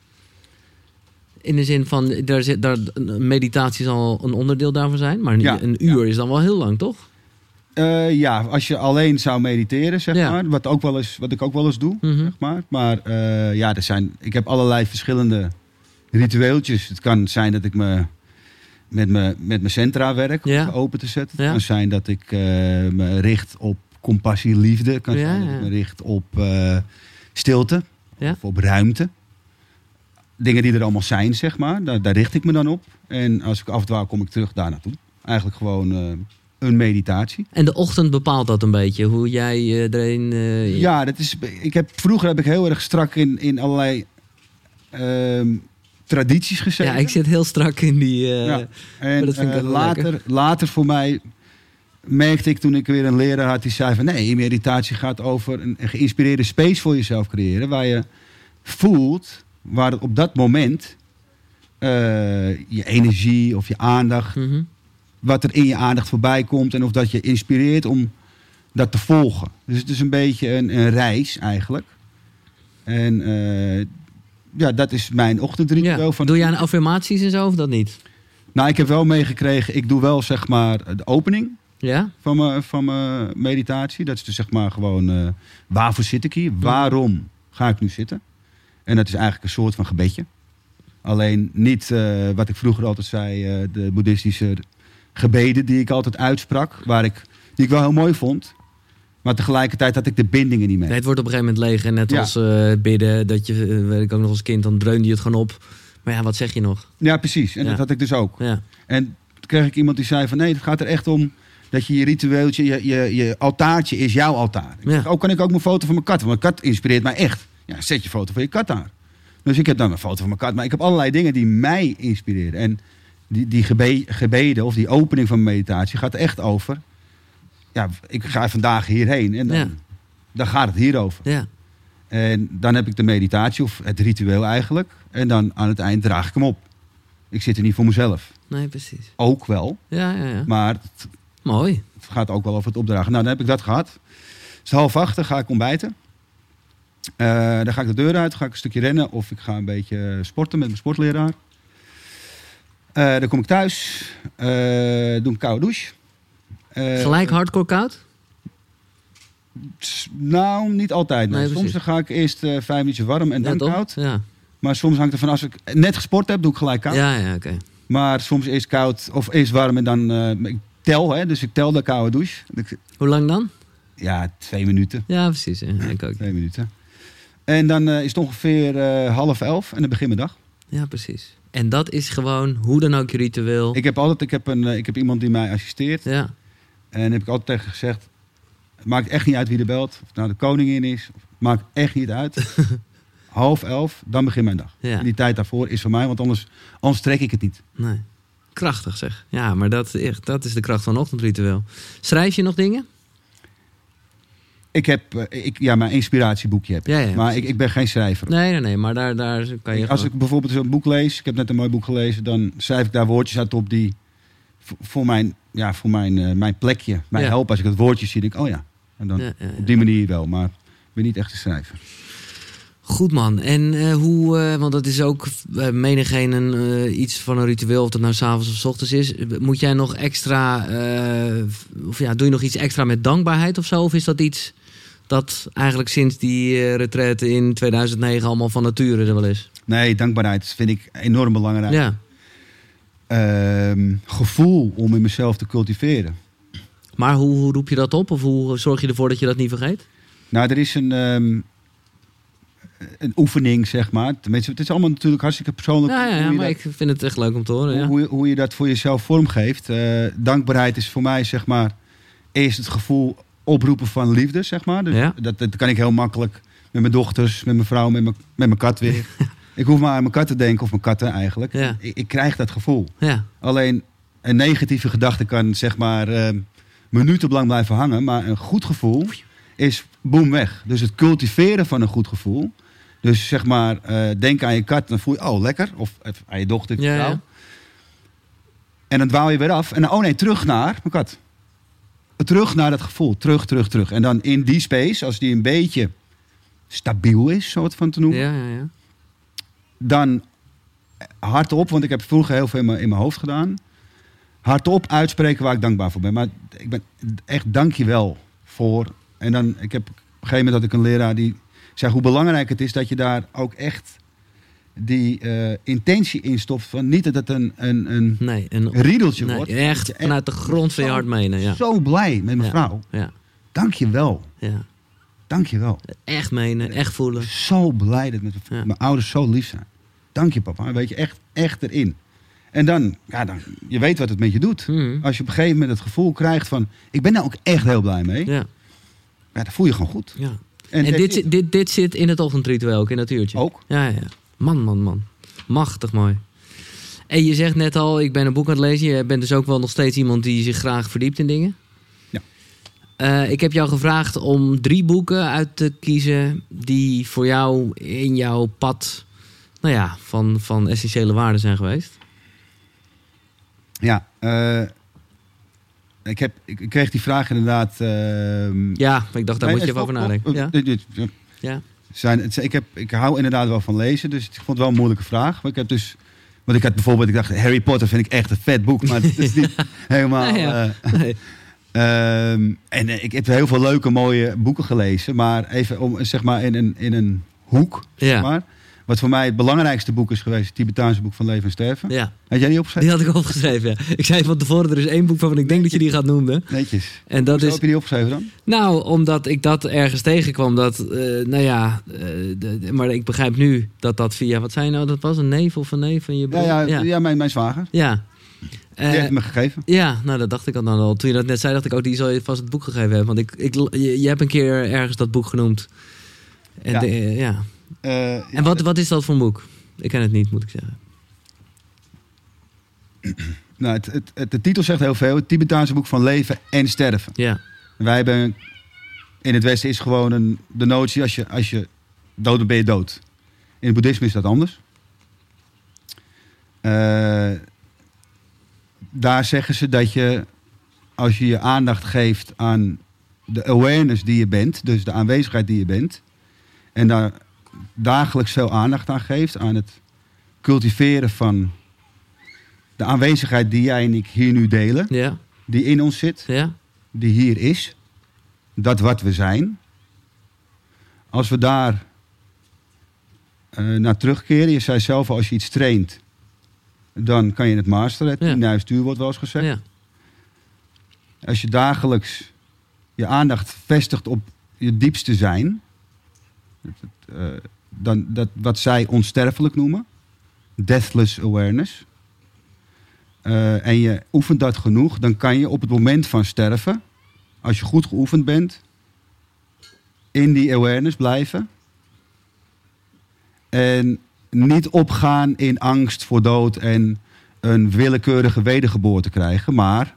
Speaker 1: In de zin van, meditatie zal een onderdeel daarvan zijn. Maar een uur is dan wel heel lang, toch?
Speaker 2: Ja, als je alleen zou mediteren, zeg maar. Wat ik ook wel eens doe, zeg maar. Maar ik heb allerlei verschillende ritueeltjes. Het kan zijn dat ik met mijn centra werk, om open te zetten. Het kan zijn dat ik me richt op compassie, liefde. Het kan zijn dat ik me richt op stilte. Of op ruimte. Dingen die er allemaal zijn, zeg maar. Daar richt ik me dan op. En als ik afdwaal, kom ik terug daar naartoe. Eigenlijk gewoon een meditatie.
Speaker 1: En de ochtend bepaalt dat een beetje? Hoe jij erin...
Speaker 2: Ja, vroeger heb ik heel erg strak in allerlei tradities gezeten.
Speaker 1: Ja, ik zit heel strak in die...
Speaker 2: En dat vind ik later voor mij merkte ik toen ik weer een leraar had die zei van... Nee, meditatie gaat over een geïnspireerde space voor jezelf creëren. Waar je voelt waar het op dat moment je energie of je aandacht... wat er in je aandacht voorbij komt... en of dat je inspireert om dat te volgen. Dus het is een beetje een reis eigenlijk. En dat is mijn ochtendritueel.
Speaker 1: Doe jij aan affirmaties en zo of dat niet?
Speaker 2: Nou, ik heb wel meegekregen, ik doe wel zeg maar de opening van mijn meditatie. Dat is dus zeg maar gewoon, waarvoor zit ik hier? Waarom ga ik nu zitten? En dat is eigenlijk een soort van gebedje. Alleen niet wat ik vroeger altijd zei, de boeddhistische gebeden die ik altijd uitsprak. Die ik wel heel mooi vond. Maar tegelijkertijd had ik de bindingen niet mee.
Speaker 1: Nee, het wordt op een gegeven moment leeg. En net als bidden, dat je, weet ik ook nog als kind, dan dreunde je het gewoon op. Maar ja, wat zeg je nog?
Speaker 2: Ja, precies. En dat had ik dus ook. Ja. En toen kreeg ik iemand die zei van nee, het gaat er echt om dat je ritueeltje, je altaartje is jouw altaar. Ik zeg, kan ik ook mijn foto van mijn kat? Want mijn kat inspireert mij echt. Ja, zet je foto van je kat daar. Dus ik heb dan een foto van mijn kat. Maar ik heb allerlei dingen die mij inspireren. En die gebeden of die opening van mijn meditatie gaat echt over. Ja, ik ga vandaag hierheen. En dan gaat het hierover. Ja. En dan heb ik de meditatie of het ritueel eigenlijk. En dan aan het eind draag ik hem op. Ik zit er niet voor mezelf.
Speaker 1: Nee, precies.
Speaker 2: Ook wel.
Speaker 1: Ja.
Speaker 2: Maar
Speaker 1: mooi.
Speaker 2: Het gaat ook wel over het opdragen. Nou, dan heb ik dat gehad. Het is 7:30, dan ga ik ontbijten. Dan ga ik de deur uit, ga ik een stukje rennen of ik ga een beetje sporten met mijn sportleraar. Dan kom ik thuis, doe een koude douche.
Speaker 1: Gelijk hardcore koud?
Speaker 2: Nou, niet altijd. Nee, soms dan ga ik eerst 5 minuutjes warm en dan koud. Ja. Maar soms hangt er van, als ik net gesport heb, doe ik gelijk koud.
Speaker 1: Ja, oké.
Speaker 2: Maar soms eerst koud of eerst warm en dan ik tel, hè, dus ik tel de koude douche.
Speaker 1: Hoe lang dan?
Speaker 2: Ja, 2 minuten.
Speaker 1: Ja, precies. Ja, ik ook.
Speaker 2: 2 minuten. En dan is het ongeveer 10:30 en dan begint mijn dag.
Speaker 1: Ja, precies. En dat is gewoon hoe dan ook je ritueel.
Speaker 2: Ik heb iemand die mij assisteert. Ja. En heb ik altijd tegen gezegd, het maakt echt niet uit wie er belt. Of het nou de koningin is. Het maakt echt niet uit. 10:30, dan begint mijn dag. Ja. En die tijd daarvoor is voor mij, want anders trek ik het niet.
Speaker 1: Nee. Krachtig zeg. Ja, maar dat is de kracht van een ochtendritueel. Schrijf je nog dingen?
Speaker 2: Ik heb mijn inspiratieboekje heb ik. Ja, maar ik ben geen schrijver.
Speaker 1: Nee, maar daar kan je
Speaker 2: als ik bijvoorbeeld een boek lees, ik heb net een mooi boek gelezen, dan schrijf ik daar woordjes uit op die voor mijn plekje mij helpen. Als ik het woordje zie, denk ik, oh ja. En dan op die manier wel, maar ik ben niet echt een schrijver.
Speaker 1: Goed man. En hoe, want dat is ook menigeen iets van een ritueel, of dat nou 's avonds of 's ochtends is. Moet jij nog extra, doe je nog iets extra met dankbaarheid of zo? Of is dat iets dat eigenlijk sinds die retraite in 2009 allemaal van nature er wel is?
Speaker 2: Nee, dankbaarheid vind ik enorm belangrijk. Ja. Gevoel om in mezelf te cultiveren.
Speaker 1: Maar hoe roep je dat op? Of hoe zorg je ervoor dat je dat niet vergeet?
Speaker 2: Nou, er is een oefening, zeg maar. Tenminste, het is allemaal natuurlijk hartstikke persoonlijk.
Speaker 1: Ja, maar ik vind het echt leuk om te horen. Ja.
Speaker 2: Hoe je dat voor jezelf vormgeeft. Dankbaarheid is voor mij, zeg maar, eerst het gevoel oproepen van liefde, zeg maar. Dus dat kan ik heel makkelijk met mijn dochters, met mijn vrouw, met mijn kat weer. Ik hoef maar aan mijn kat te denken, of mijn katten eigenlijk. Ja. Ik krijg dat gevoel. Ja. Alleen een negatieve gedachte kan, zeg maar, minutenlang blijven hangen. Maar een goed gevoel is boem weg. Dus het cultiveren van een goed gevoel. Dus zeg maar, denk aan je kat, dan voel je, oh lekker. Of aan je dochter, je vrouw. Ja. En dan dwaal je weer af. En dan, terug naar mijn kat. Terug naar dat gevoel. Terug. En dan in die space, als die een beetje stabiel is, zo het van te noemen. Ja. Dan hardop, want ik heb vroeger heel veel in mijn hoofd gedaan. Hardop uitspreken waar ik dankbaar voor ben. Maar ik ben echt dankjewel voor. En dan, ik heb op een gegeven moment had ik een leraar die zei hoe belangrijk het is dat je daar ook echt die intentie in stopt. Van niet dat het een riedeltje wordt.
Speaker 1: Echt vanuit de grond van je hart menen. Ja.
Speaker 2: Zo blij met mijn vrouw. Ja. Dankjewel. Ja. Dankjewel.
Speaker 1: Echt menen, echt voelen.
Speaker 2: Zo blij dat mijn ouders zo lief zijn. Dank je papa. Weet je, echt erin. En dan, je weet wat het met je doet. Als je op een gegeven moment het gevoel krijgt van, ik ben daar ook echt heel blij mee. Ja, dan voel je gewoon goed. Ja.
Speaker 1: En dit zit in het ochtendritueel ook, in dat uurtje?
Speaker 2: Ook.
Speaker 1: Ja. Man. Machtig mooi. En je zegt net al, ik ben een boek aan het lezen. Je bent dus ook wel nog steeds iemand die zich graag verdiept in dingen. Ja. Ik heb jou gevraagd om 3 boeken uit te kiezen die voor jou in jouw pad van essentiële waarden zijn geweest.
Speaker 2: Ja, Ik kreeg die vraag inderdaad...
Speaker 1: Ja, ik dacht, daar moet je even over nadenken. Ja.
Speaker 2: Ik hou inderdaad wel van lezen, dus ik vond het wel een moeilijke vraag. Maar ik had bijvoorbeeld, ik dacht, Harry Potter vind ik echt een vet boek, maar het is niet helemaal...
Speaker 1: Nee.
Speaker 2: En ik heb heel veel leuke, mooie boeken gelezen, maar even om, zeg maar, in een hoek, zeg maar. Wat voor mij het belangrijkste boek is geweest, het Tibetaanse boek van Leven en Sterven.
Speaker 1: Ja.
Speaker 2: Had jij die opgeschreven?
Speaker 1: Die had ik opgeschreven, ja. Ik zei van tevoren, er is 1 boek waarvan ik denk dat je die gaat noemen.
Speaker 2: Netjes.
Speaker 1: En dat
Speaker 2: Hoezo heb je die opgeschreven dan?
Speaker 1: Nou, omdat ik dat ergens tegenkwam. Maar ik begrijp nu dat via, wat zei je nou, dat was een neef of een neef van je broer?
Speaker 2: Ja, mijn zwager.
Speaker 1: Ja.
Speaker 2: Die heeft me gegeven.
Speaker 1: Ja, nou dat dacht ik al. Toen je dat net zei, dacht ik, die zal je vast het boek gegeven hebben. Want je hebt een keer ergens dat boek genoemd. En en wat is dat voor een boek? Ik ken het niet, moet ik zeggen.
Speaker 2: Nou, de titel zegt heel veel. Het Tibetaanse boek van Leven en Sterven.
Speaker 1: Ja.
Speaker 2: Wij hebben... In het Westen is gewoon de notie, als je dood bent, ben je dood. In het boeddhisme is dat anders. Daar zeggen ze dat je, als je je aandacht geeft aan de awareness die je bent, dus de aanwezigheid die je bent, en daar dagelijks veel aandacht aan geeft, aan het cultiveren van de aanwezigheid die jij en ik hier nu delen, die in ons zit, die hier is, dat wat we zijn. Als we daar naar terugkeren, je zei zelf, als je iets traint, dan kan je het masteren. Het 10.000 uur wordt wel eens gezegd. Ja. Als je dagelijks je aandacht vestigt op je diepste zijn, dan wat zij onsterfelijk noemen, deathless awareness, en je oefent dat genoeg, dan kan je op het moment van sterven, als je goed geoefend bent, in die awareness blijven en niet opgaan in angst voor dood en een willekeurige wedergeboorte krijgen, maar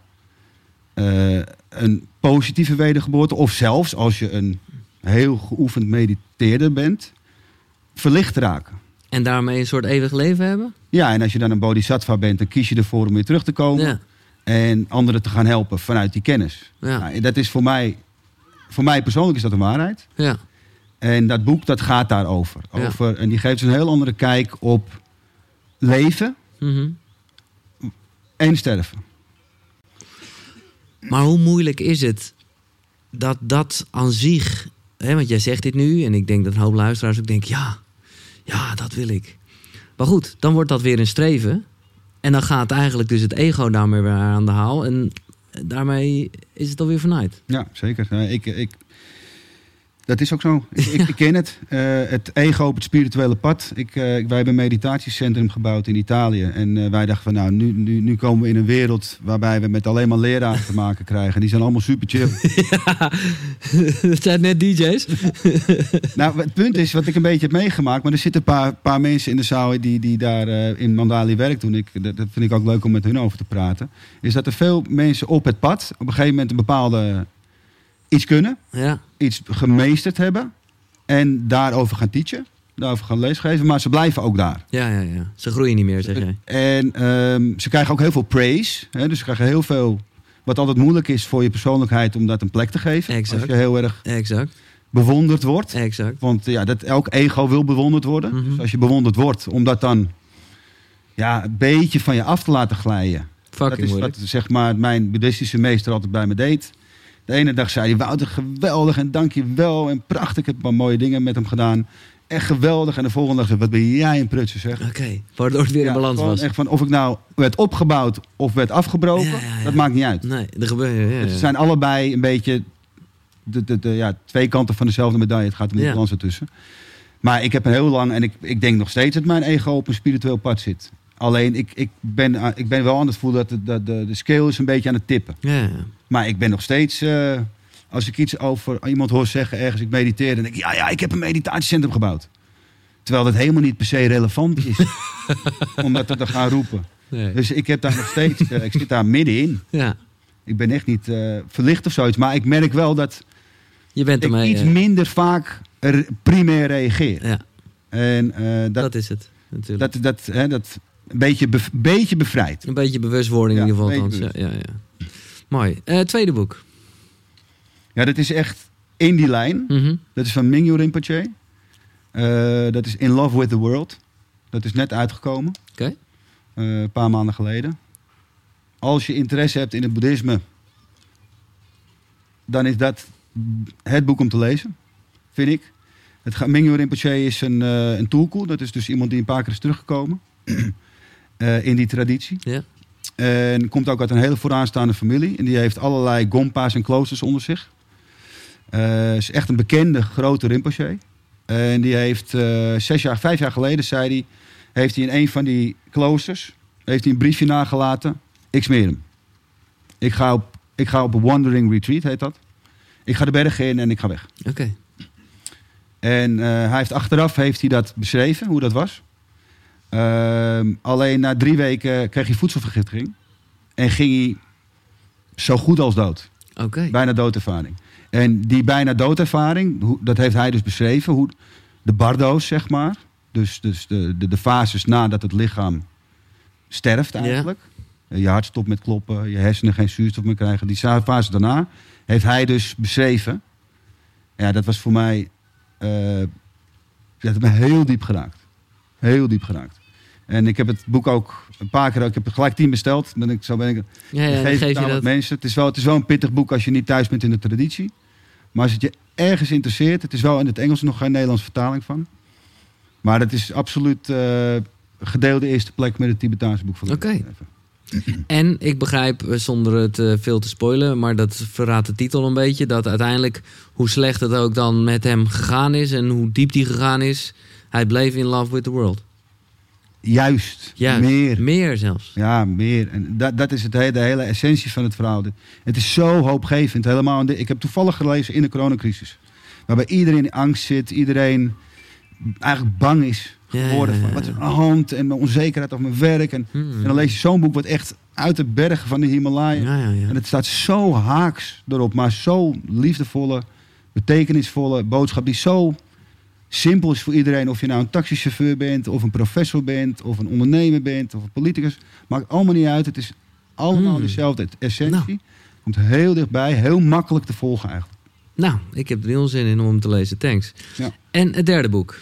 Speaker 2: een positieve wedergeboorte, of zelfs als je een heel geoefend mediteerder bent, verlicht raken.
Speaker 1: En daarmee een soort eeuwig leven hebben? Ja,
Speaker 2: en als je dan een bodhisattva bent, dan kies je ervoor om weer terug te komen. Ja. En anderen te gaan helpen vanuit die kennis. Ja. Nou, dat is voor mij persoonlijk is dat een waarheid. Ja. En dat boek, dat gaat daarover. Ja. En die geeft een heel andere kijk op leven en sterven.
Speaker 1: Maar hoe moeilijk is het dat aan zich... want jij zegt dit nu en ik denk dat een hoop luisteraars ook denken... ja, dat wil ik. Maar goed, dan wordt dat weer een streven. En dan gaat eigenlijk dus het ego daarmee weer aan de haal. En daarmee is het alweer vanuit.
Speaker 2: Ja, zeker. Dat is ook zo. Ik ken het. Het ego op het spirituele pad. Wij hebben een meditatiecentrum gebouwd in Italië. En wij dachten van nu komen we in een wereld waarbij we met alleen maar leraren te maken krijgen. Die zijn allemaal super chill.
Speaker 1: Ja, dat zijn net DJ's.
Speaker 2: Nou, het punt is wat ik een beetje heb meegemaakt. Maar er zitten een paar mensen in de zaal die daar in Mandali werk doen. Dat vind ik ook leuk om met hun over te praten. Is dat er veel mensen op het pad op een gegeven moment een bepaalde... iets kunnen, iets gemeesterd hebben en daarover gaan teachen, daarover gaan lesgeven, maar ze blijven ook daar.
Speaker 1: Ja. Ze groeien niet meer, zeg jij.
Speaker 2: En ze krijgen ook heel veel praise, dus ze krijgen heel veel, wat altijd moeilijk is voor je persoonlijkheid om dat een plek te geven.
Speaker 1: Exact.
Speaker 2: Als je heel erg bewonderd wordt.
Speaker 1: Exact.
Speaker 2: Want elk ego wil bewonderd worden. Mm-hmm. Dus als je bewonderd wordt, om dat dan een beetje van je af te laten glijden. Dat is wat zeg maar mijn boeddhistische meester altijd bij me deed. De ene dag zei hij, Wouter, geweldig en dank je wel. En prachtig, ik heb maar mooie dingen met hem gedaan. Echt geweldig. En de volgende dag zei wat ben jij een prutser, zeg.
Speaker 1: Oké, waardoor het weer in balans was.
Speaker 2: Echt van, of ik nou werd opgebouwd of werd afgebroken, dat maakt niet uit.
Speaker 1: Nee, er gebeurt.
Speaker 2: Ze zijn allebei een beetje de twee kanten van dezelfde medaille. Het gaat om de balans ertussen. Maar ik heb een heel lang, en ik denk nog steeds dat mijn ego op een spiritueel pad zit. Alleen, ik ben wel aan het voelen dat de scale is een beetje aan het tippen. Ja. Maar ik ben nog steeds... als ik iets over iemand hoor zeggen ergens, ik mediteer... dan denk ik, ik heb een meditatiecentrum gebouwd. Terwijl dat helemaal niet per se relevant is. om dat te gaan roepen. Nee. Dus ik heb daar nog steeds... ik zit daar middenin. Ja. Ik ben echt niet verlicht of zoiets. Maar ik merk wel dat...
Speaker 1: Je bent ermee,
Speaker 2: ik iets minder vaak primair reageer. Ja. En,
Speaker 1: dat is het, natuurlijk.
Speaker 2: Dat een beetje bevrijd.
Speaker 1: Een beetje bewustwording in ieder geval. Ja. Mooi. Tweede boek.
Speaker 2: Ja, dat is echt in die lijn.
Speaker 1: Mhm.
Speaker 2: Dat is van Mingyur Rinpoche. Dat is In Love with the World. Dat is net uitgekomen.
Speaker 1: Oké.
Speaker 2: Een paar maanden geleden. Als je interesse hebt in het boeddhisme, dan is dat het boek om te lezen, vind ik. Mingyur Rinpoche is een tulku. Dat is dus iemand die een paar keer is teruggekomen in die traditie.
Speaker 1: Ja.
Speaker 2: En komt ook uit een hele vooraanstaande familie. En die heeft allerlei gompa's en kloosters onder zich. Is echt een bekende grote Rinpoche. En die heeft 5 jaar geleden, zei hij, heeft hij in een van die kloosters heeft hij een briefje nagelaten. Ik smeer hem. Ik ga op een wandering retreat, heet dat. Ik ga de bergen in en ik ga weg.
Speaker 1: Oké.
Speaker 2: En achteraf heeft hij dat beschreven, hoe dat was. Alleen na 3 weken kreeg hij voedselvergiftiging. En ging hij zo goed als dood.
Speaker 1: Oké.
Speaker 2: Bijna doodervaring. En die bijna doodervaring, dat heeft hij dus beschreven. Hoe de bardo's, zeg maar. Dus de fases nadat het lichaam sterft eigenlijk. Ja. Je hart stopt met kloppen, je hersenen geen zuurstof meer krijgen. Die fase daarna heeft hij dus beschreven. Ja, dat was voor mij... dat heeft me heel diep geraakt. Heel diep geraakt. En ik heb het boek ook een paar keer... Ik heb er gelijk 10 besteld. Dan geef je dat mensen. Het is wel een pittig boek als je niet thuis bent in de traditie. Maar als het je ergens interesseert... Het is wel in het Engels nog geen Nederlandse vertaling van. Maar het is absoluut gedeelde eerste plek met het Tibetaanse boek van de
Speaker 1: Oké. En ik begrijp, zonder het veel te spoilen... maar dat verraadt de titel een beetje... dat uiteindelijk, hoe slecht het ook dan met hem gegaan is... en hoe diep die gegaan is... hij bleef in love with the world.
Speaker 2: Juist.
Speaker 1: Meer zelfs.
Speaker 2: Ja, meer. En dat is de hele essentie van het verhaal. Het is zo hoopgevend. Helemaal. Ik heb toevallig gelezen in de coronacrisis. Waarbij iedereen in angst zit. Iedereen eigenlijk bang is geworden. Van, wat is er aan de hand? En mijn onzekerheid over mijn werk. En dan lees je zo'n boek wat echt uit de bergen van de Himalaya.
Speaker 1: Ja.
Speaker 2: En het staat zo haaks erop. Maar zo liefdevolle, betekenisvolle boodschap. Die zo... simpel is voor iedereen, of je nou een taxichauffeur bent... of een professor bent, of een ondernemer bent... of een politicus. Maakt allemaal niet uit. Het is allemaal dezelfde essentie. Komt heel dichtbij. Heel makkelijk te volgen eigenlijk.
Speaker 1: Nou, ik heb er heel zin in om hem te lezen. Thanks.
Speaker 2: Ja.
Speaker 1: En het derde boek?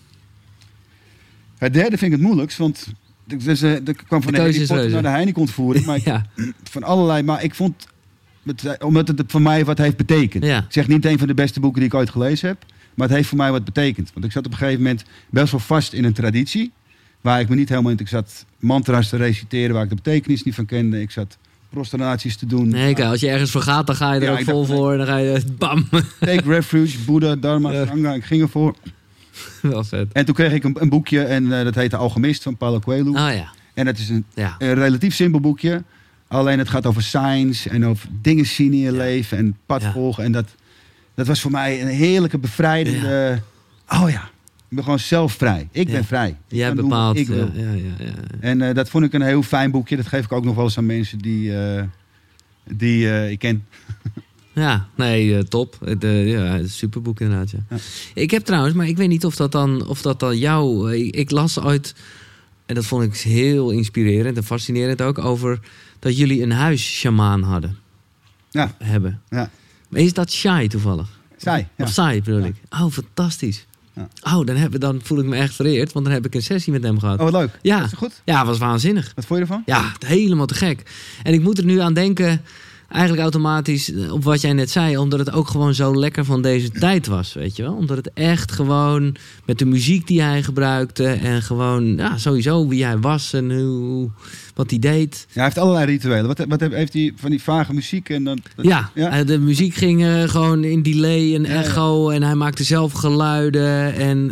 Speaker 2: Het derde vind ik het moeilijkst. Want ik kwam van de Harry Potter naar de Heineken-ontvoering. Maar van allerlei... Maar ik vond... Omdat het voor mij wat heeft betekend. Ja. Ik zeg niet een van de beste boeken die ik ooit gelezen heb... Maar het heeft voor mij wat betekend. Want ik zat op een gegeven moment best wel vast in een traditie. Waar ik me niet helemaal in... Ik zat mantra's te reciteren waar ik de betekenis niet van kende. Ik zat prostraties te doen.
Speaker 1: Nee, kijk, als je ergens voor gaat, dan ga je er ook vol voor. En dan ga je bam.
Speaker 2: Take refuge, Boeddha, Dharma, Sangha. Ik ging ervoor.
Speaker 1: Wel vet.
Speaker 2: En toen kreeg ik een boekje. En dat heet De Alchemist van Paulo Coelho.
Speaker 1: Oh ja.
Speaker 2: En dat is een relatief simpel boekje. Alleen het gaat over science. En over dingen zien in je leven. En pad volgen. En dat was voor mij een heerlijke, bevrijdende... Ja. Oh ja, ik ben gewoon zelf vrij. Ik ben vrij.
Speaker 1: Jij bepaalt.
Speaker 2: Ik wil.
Speaker 1: Ja.
Speaker 2: En dat vond ik een heel fijn boekje. Dat geef ik ook nog wel eens aan mensen die ik ken.
Speaker 1: Ja, nee, top. Het is super boek inderdaad. Ja. Ja. Ik heb trouwens, maar ik weet niet of dat dan jou... Ik las ooit, en dat vond ik heel inspirerend en fascinerend ook... over dat jullie een huissjamaan hadden.
Speaker 2: Ja.
Speaker 1: Hebben.
Speaker 2: Ja.
Speaker 1: Maar is dat Shai toevallig?
Speaker 2: Shai, ja.
Speaker 1: Of Sai bedoel ik. Oh, fantastisch. Ja. Oh, dan voel ik me echt vereerd, want dan heb ik een sessie met hem gehad.
Speaker 2: Oh, wat leuk.
Speaker 1: Ja.
Speaker 2: Was het goed?
Speaker 1: Ja, was waanzinnig.
Speaker 2: Wat vond je ervan?
Speaker 1: Ja, helemaal te gek. En ik moet er nu aan denken, eigenlijk automatisch op wat jij net zei, omdat het ook gewoon zo lekker van deze tijd was, weet je wel? Omdat het echt gewoon met de muziek die hij gebruikte en gewoon sowieso wie hij was en wat hij deed.
Speaker 2: Ja, hij heeft allerlei rituelen. Wat heeft hij van die vage muziek? En dan,
Speaker 1: de muziek ging gewoon in delay en echo en hij maakte zelf geluiden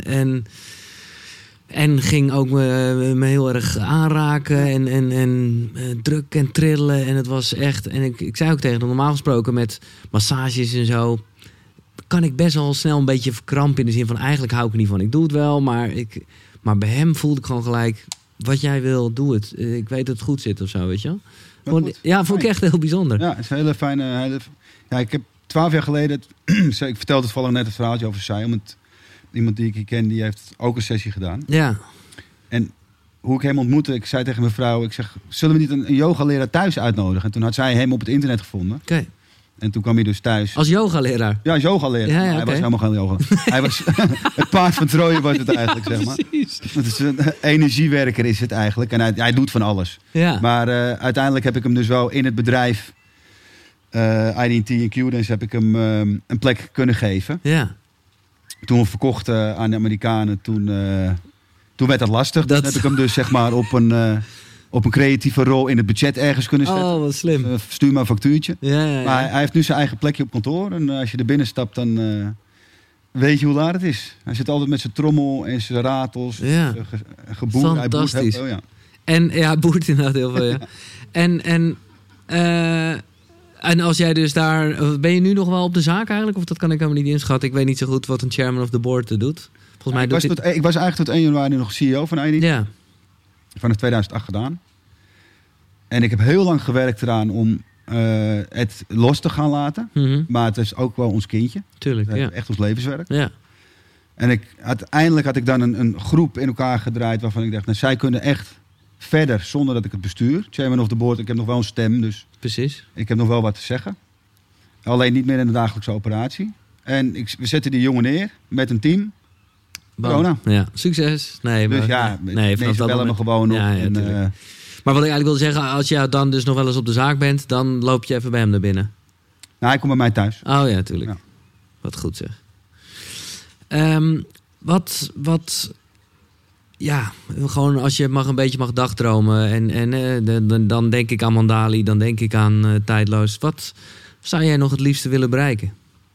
Speaker 1: en ging ook me heel erg aanraken en drukken en trillen. En het was echt... En ik zei ook tegen hem, normaal gesproken met massages en zo... kan ik best wel snel een beetje verkrampen in de zin van... eigenlijk hou ik er niet van. Ik doe het wel, maar bij hem voelde ik gewoon gelijk... wat jij wil, doe het. Ik weet dat het goed zit of zo, weet je wel. Vond ik echt heel bijzonder.
Speaker 2: Ja, het is een hele fijne... ik heb 12 jaar geleden... ik vertelde het volgens net het verhaaltje over Sai... Iemand die ik ken, die heeft ook een sessie gedaan.
Speaker 1: Ja.
Speaker 2: En hoe ik hem ontmoette. Ik zei tegen mijn vrouw, ik zeg, zullen we niet een yogaleraar thuis uitnodigen? En toen had zij hem op het internet gevonden.
Speaker 1: Oké.
Speaker 2: En toen kwam hij dus thuis.
Speaker 1: Als yogaleraar?
Speaker 2: Ja, als yogaleraar.
Speaker 1: Ja,
Speaker 2: Hij was helemaal geen yoga. Hij was het paard van Troje was het eigenlijk, zeg maar.
Speaker 1: Precies.
Speaker 2: Het is een energiewerker is het eigenlijk. En hij doet van alles.
Speaker 1: Ja.
Speaker 2: Maar uiteindelijk heb ik hem dus wel in het bedrijf IDT en Qdance heb ik hem een plek kunnen geven.
Speaker 1: Ja.
Speaker 2: Toen we verkochten aan de Amerikanen, toen werd dat lastig.
Speaker 1: Dat-
Speaker 2: Toen heb ik hem dus zeg maar op een creatieve rol in het budget ergens kunnen zetten.
Speaker 1: Oh, wat slim.
Speaker 2: Stuur maar een factuurtje.
Speaker 1: Ja.
Speaker 2: Maar hij heeft nu zijn eigen plekje op kantoor. En als je er binnen stapt, dan weet je hoe laat het is. Hij zit altijd met zijn trommel en zijn ratels.
Speaker 1: Ja.
Speaker 2: Zijn geboer. Hij boert heel
Speaker 1: Fantastisch.
Speaker 2: veel, ja.
Speaker 1: En ja, boert inderdaad heel veel, ja. En als jij dus daar... Ben je nu nog wel op de zaak eigenlijk? Of dat kan ik helemaal niet inschatten? Ik weet niet zo goed wat een chairman of the board doet. Volgens mij
Speaker 2: Ik was eigenlijk tot 1 januari nog CEO van IDT.
Speaker 1: Ja,
Speaker 2: Vanaf 2008 gedaan. En ik heb heel lang gewerkt eraan om het los te gaan laten. Maar het is ook wel ons kindje.
Speaker 1: tuurlijk. Ja.
Speaker 2: Echt ons levenswerk.
Speaker 1: Ja.
Speaker 2: En uiteindelijk had ik dan een groep in elkaar gedraaid waarvan ik dacht, nou, zij kunnen echt verder zonder dat ik het bestuur. Chairman of the board, ik heb nog wel een stem, dus
Speaker 1: Precies.
Speaker 2: ik heb nog wel wat te zeggen. Alleen niet meer in de dagelijkse operatie. En we zetten die jongen neer met een team.
Speaker 1: Bam.
Speaker 2: Corona.
Speaker 1: Ja, succes. Nee, maar,
Speaker 2: Dus ja,
Speaker 1: nee, vanaf
Speaker 2: mensen
Speaker 1: dat
Speaker 2: bellen me
Speaker 1: moment.
Speaker 2: gewoon op.
Speaker 1: Ja, ja,
Speaker 2: en,
Speaker 1: tuurlijk. Maar wat ik eigenlijk wilde zeggen, als je dan dus nog wel eens op de zaak bent, dan loop je even bij hem naar binnen.
Speaker 2: nou, hij komt bij mij thuis.
Speaker 1: Oh ja, tuurlijk.
Speaker 2: Ja.
Speaker 1: Wat goed zeg. Ja, gewoon als je een beetje mag dagdromen. Dan denk ik aan Mandali, dan denk ik aan Tijdloos. Wat zou jij nog het liefste willen bereiken?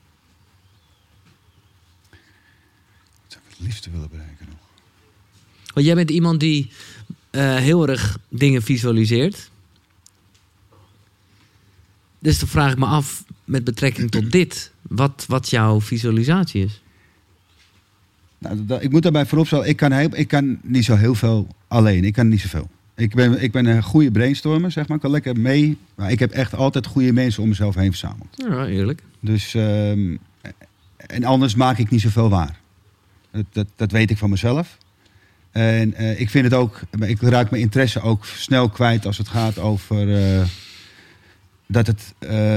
Speaker 2: Wat zou ik het liefste willen bereiken nog?
Speaker 1: Want jij bent iemand die heel erg dingen visualiseert. Dus dan vraag ik me af, met betrekking tot dit, wat jouw visualisatie is.
Speaker 2: Nou, ik moet daarbij vooropstellen, ik kan niet zo heel veel alleen. Ik kan niet zoveel. Ik ben een goede brainstormer, zeg maar. Ik kan lekker mee. Maar ik heb echt altijd goede mensen om mezelf heen verzameld.
Speaker 1: Ja, eerlijk.
Speaker 2: Dus, en anders maak ik niet zoveel waar. Dat weet ik van mezelf. En ik vind het ook, ik raak mijn interesse ook snel kwijt als het gaat over dat het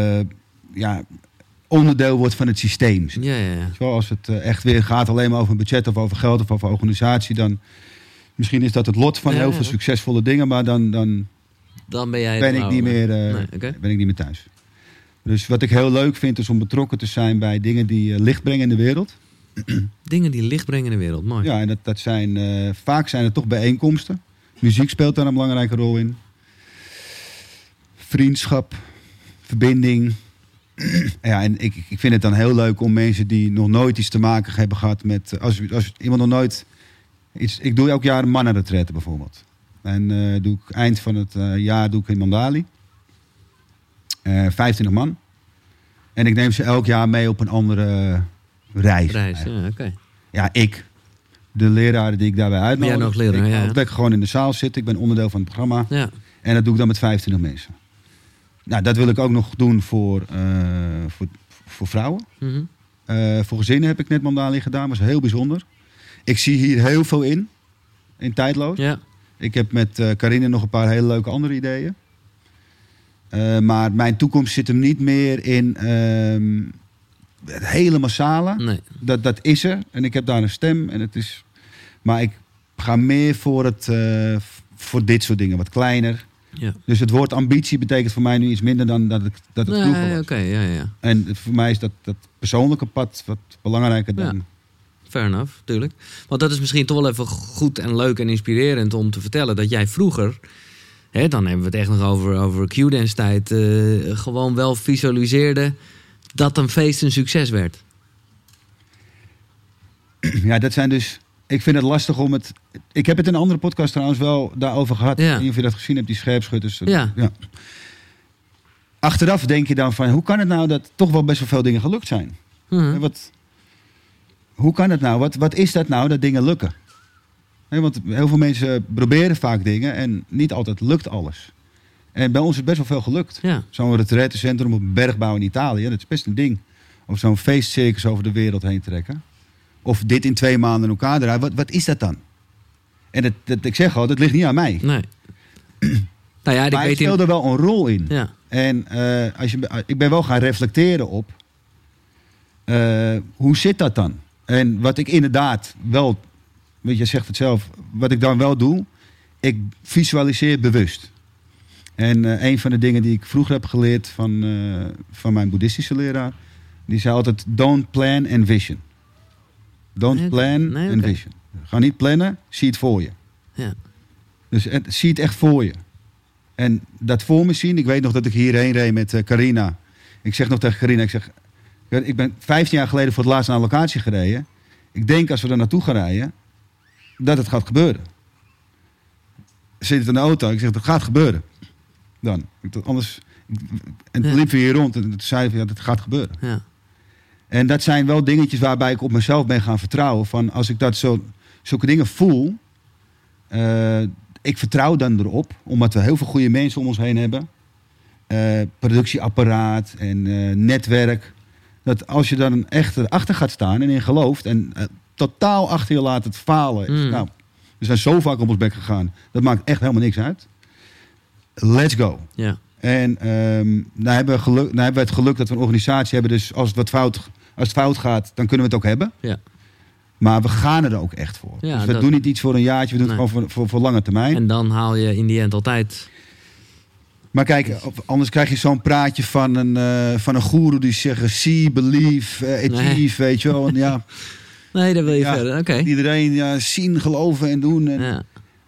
Speaker 2: onderdeel wordt van het systeem.
Speaker 1: Ja.
Speaker 2: Zoals het echt weer gaat alleen maar over een budget of over geld of over organisatie, dan misschien is dat het lot van heel veel succesvolle dingen, maar dan
Speaker 1: ben jij
Speaker 2: ben ik niet meer, ben ik niet meer thuis. Dus wat ik heel leuk vind is om betrokken te zijn bij dingen die licht brengen in de wereld.
Speaker 1: Dingen die licht brengen in de wereld, mooi.
Speaker 2: Ja, en dat zijn vaak zijn het toch bijeenkomsten. Muziek speelt daar een belangrijke rol in. Vriendschap, verbinding. Ja, en ik vind het dan heel leuk om mensen die nog nooit iets te maken hebben gehad met... Als iemand nog nooit iets... Ik doe elk jaar een mannenretraite bijvoorbeeld. En doe ik eind van het jaar doe ik in Mandali. 25 man. En ik neem ze elk jaar mee op een andere reis.
Speaker 1: Ja, oké.
Speaker 2: Ja, de leraren die ik daarbij uitnodig.
Speaker 1: Jij nog leraar,
Speaker 2: ik
Speaker 1: ja.
Speaker 2: lekker gewoon in de zaal zitten. Ik ben onderdeel van het programma.
Speaker 1: Ja.
Speaker 2: En dat doe ik dan met 25 mensen. Nou, dat wil ik ook nog doen voor vrouwen.
Speaker 1: Mhm.
Speaker 2: Voor gezinnen heb ik net Mandali gedaan. Was heel bijzonder. Ik zie hier heel veel in Tijdloos.
Speaker 1: Ja.
Speaker 2: Ik heb met Carine nog een paar hele leuke andere ideeën. Maar mijn toekomst zit hem niet meer in het hele massale.
Speaker 1: Nee.
Speaker 2: Dat is er. En ik heb daar een stem. Maar ik ga meer voor dit soort dingen. Wat kleiner.
Speaker 1: Ja.
Speaker 2: Dus het woord ambitie betekent voor mij nu iets minder dan dat het vroeger was.
Speaker 1: Oké, ja.
Speaker 2: En voor mij is dat persoonlijke pad wat belangrijker dan...
Speaker 1: Ja. Fair enough, tuurlijk. Want dat is misschien toch wel even goed en leuk en inspirerend om te vertellen dat jij vroeger, dan hebben we het echt nog over Qdance tijd, gewoon wel visualiseerde dat een feest een succes werd.
Speaker 2: Ja, dat zijn dus... Ik vind het lastig om het... Ik heb het in een andere podcast trouwens wel daarover gehad.
Speaker 1: Ja.
Speaker 2: Ik weet niet of je dat gezien hebt, die scherpschutters.
Speaker 1: Ja.
Speaker 2: Achteraf denk je dan van... Hoe kan het nou dat toch wel best wel veel dingen gelukt zijn?
Speaker 1: Mhm.
Speaker 2: Hoe kan het nou? Wat is dat nou dat dingen lukken? Want heel veel mensen proberen vaak dingen en niet altijd lukt alles. En bij ons is best wel veel gelukt.
Speaker 1: Ja.
Speaker 2: Zo'n retraitecentrum op een bergbouw in Italië, dat is best een ding. Of zo'n feestcircus over de wereld heen trekken. Of dit in 2 maanden in elkaar draaien. Wat is dat dan? En ik zeg al, dat ligt niet aan mij.
Speaker 1: Nee. Nou ja,
Speaker 2: Maar ik speel er wel een rol in.
Speaker 1: Ja.
Speaker 2: En ik ben wel gaan reflecteren op... hoe zit dat dan? En wat ik inderdaad wel... Weet je, zegt het zelf. Wat ik dan wel doe... Ik visualiseer bewust. En een van de dingen die ik vroeger heb geleerd... van mijn boeddhistische leraar... Die zei altijd... Don't plan and vision. Don't plan and vision. Ga niet plannen, zie het voor je.
Speaker 1: Ja.
Speaker 2: Dus zie het echt voor je. En dat voor me zien... Ik weet nog dat ik hierheen reed met Carina. Ik zeg nog tegen Carina... Ik ben 15 jaar geleden voor het laatst naar een locatie gereden. Ik denk als we er naartoe gaan rijden... dat het gaat gebeuren. Zit het in de auto? Ik zeg, dat gaat gebeuren. Dan. Anders... En toen liepen we hier rond en toen zeiden we... Ja, dat gaat gebeuren.
Speaker 1: Ja.
Speaker 2: En dat zijn wel dingetjes waarbij ik op mezelf ben gaan vertrouwen. Van als ik zulke dingen voel... ik vertrouw dan erop. Omdat we heel veel goede mensen om ons heen hebben. Productieapparaat en netwerk... Dat als je dan echt erachter gaat staan en in gelooft... en totaal achter je laat het falen. Nou, we zijn zo vaak op ons bek gegaan. Dat maakt echt helemaal niks uit. Let's go.
Speaker 1: Ja.
Speaker 2: En nou hebben we het geluk dat we een organisatie hebben. Dus als het fout gaat, dan kunnen we het ook hebben.
Speaker 1: Ja.
Speaker 2: Maar we gaan er ook echt voor.
Speaker 1: Ja,
Speaker 2: dus we doen niet iets voor een jaartje. We doen het gewoon voor lange termijn.
Speaker 1: En dan haal je in die end altijd...
Speaker 2: Maar kijk, anders krijg je zo'n praatje van een goeroe die zegt... see, believe, achieve, weet je wel. En ja,
Speaker 1: nee, daar wil je verder. Oké.
Speaker 2: Iedereen zien, geloven en doen. En
Speaker 1: ja.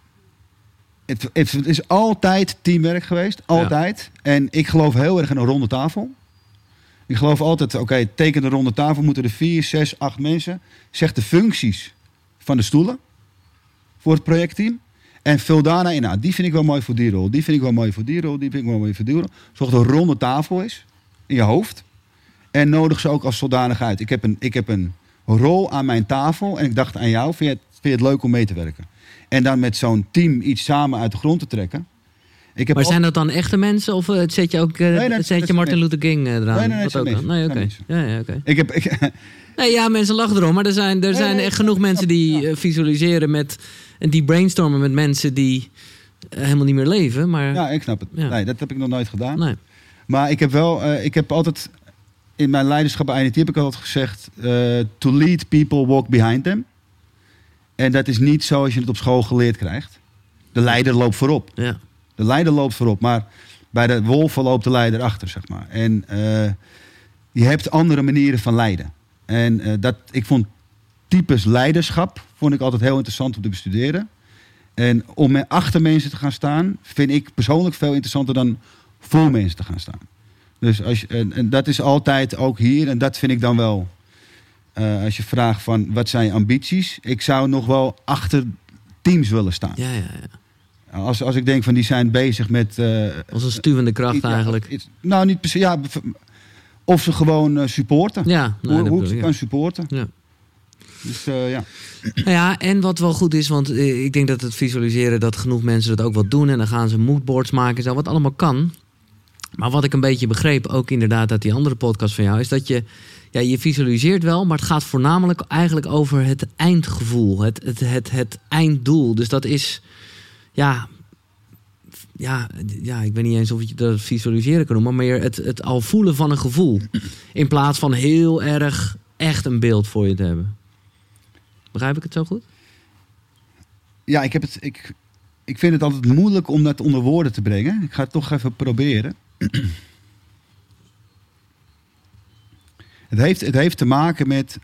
Speaker 2: Het is altijd teamwerk geweest. Altijd. Ja. En ik geloof heel erg in een ronde tafel. Ik geloof altijd, teken een ronde tafel. Moeten er 4, 6, 8 mensen. Zeg de functies van de stoelen. Voor het projectteam. En vul daarna in. Nou, die vind ik wel mooi voor die rol. Die vind ik wel mooi voor die rol. Die vind ik wel mooi voor die rol. Zorg dat er een ronde tafel is. In je hoofd. En nodig ze ook als zodanig uit. Ik heb een rol aan mijn tafel. En ik dacht aan jou. Vind je het leuk om mee te werken? En dan met zo'n team iets samen uit de grond te trekken.
Speaker 1: Maar zijn dat dan echte mensen? Of zet je ook zet je Martin Luther King eraan?
Speaker 2: Nee, dat ook.
Speaker 1: Nee, oké. Ja, oké.
Speaker 2: Nee,
Speaker 1: ja, mensen lachen erom. Maar er zijn echt genoeg mensen die visualiseren met... En die brainstormen met mensen die helemaal niet meer leven. Maar...
Speaker 2: Ja, ik snap het. Ja. Nee, dat heb ik nog nooit gedaan.
Speaker 1: Nee.
Speaker 2: Maar ik heb altijd... In mijn leiderschap bij INT heb ik altijd gezegd... to lead people, walk behind them. En dat is niet zoals je het op school geleerd krijgt. De leider loopt voorop.
Speaker 1: Ja.
Speaker 2: De leider loopt voorop, maar bij de wolven loopt de leider achter, zeg maar. En je hebt andere manieren van leiden. En ik vond types leiderschap vond ik altijd heel interessant om te bestuderen. En om achter mensen te gaan staan, vind ik persoonlijk veel interessanter dan voor mensen te gaan staan. Dus en dat is altijd ook hier, en dat vind ik dan wel... als je vraagt van wat zijn je ambities, ik zou nog wel achter teams willen staan.
Speaker 1: Ja.
Speaker 2: Als ik denk van die zijn bezig met...
Speaker 1: als een stuwende kracht eigenlijk.
Speaker 2: Nou, niet per se. Ja, of ze gewoon supporten.
Speaker 1: Ja,
Speaker 2: hoe ik ze kan supporten.
Speaker 1: Ja.
Speaker 2: Dus ja.
Speaker 1: Nou ja, en wat wel goed is, want ik denk dat het visualiseren, dat genoeg mensen dat ook wel doen. En dan gaan ze moodboards maken en zo, wat allemaal kan. Maar wat ik een beetje begreep, ook inderdaad uit die andere podcast van jou, is dat je visualiseert wel, maar het gaat voornamelijk eigenlijk over het eindgevoel. Het einddoel. Dus dat is... Ja, ik weet niet eens of je dat visualiseren kan noemen, maar meer het al voelen van een gevoel. In plaats van heel erg echt een beeld voor je te hebben. Begrijp ik het zo goed?
Speaker 2: Ja, ik vind het altijd moeilijk om dat onder woorden te brengen. Ik ga het toch even proberen. Het heeft te maken met...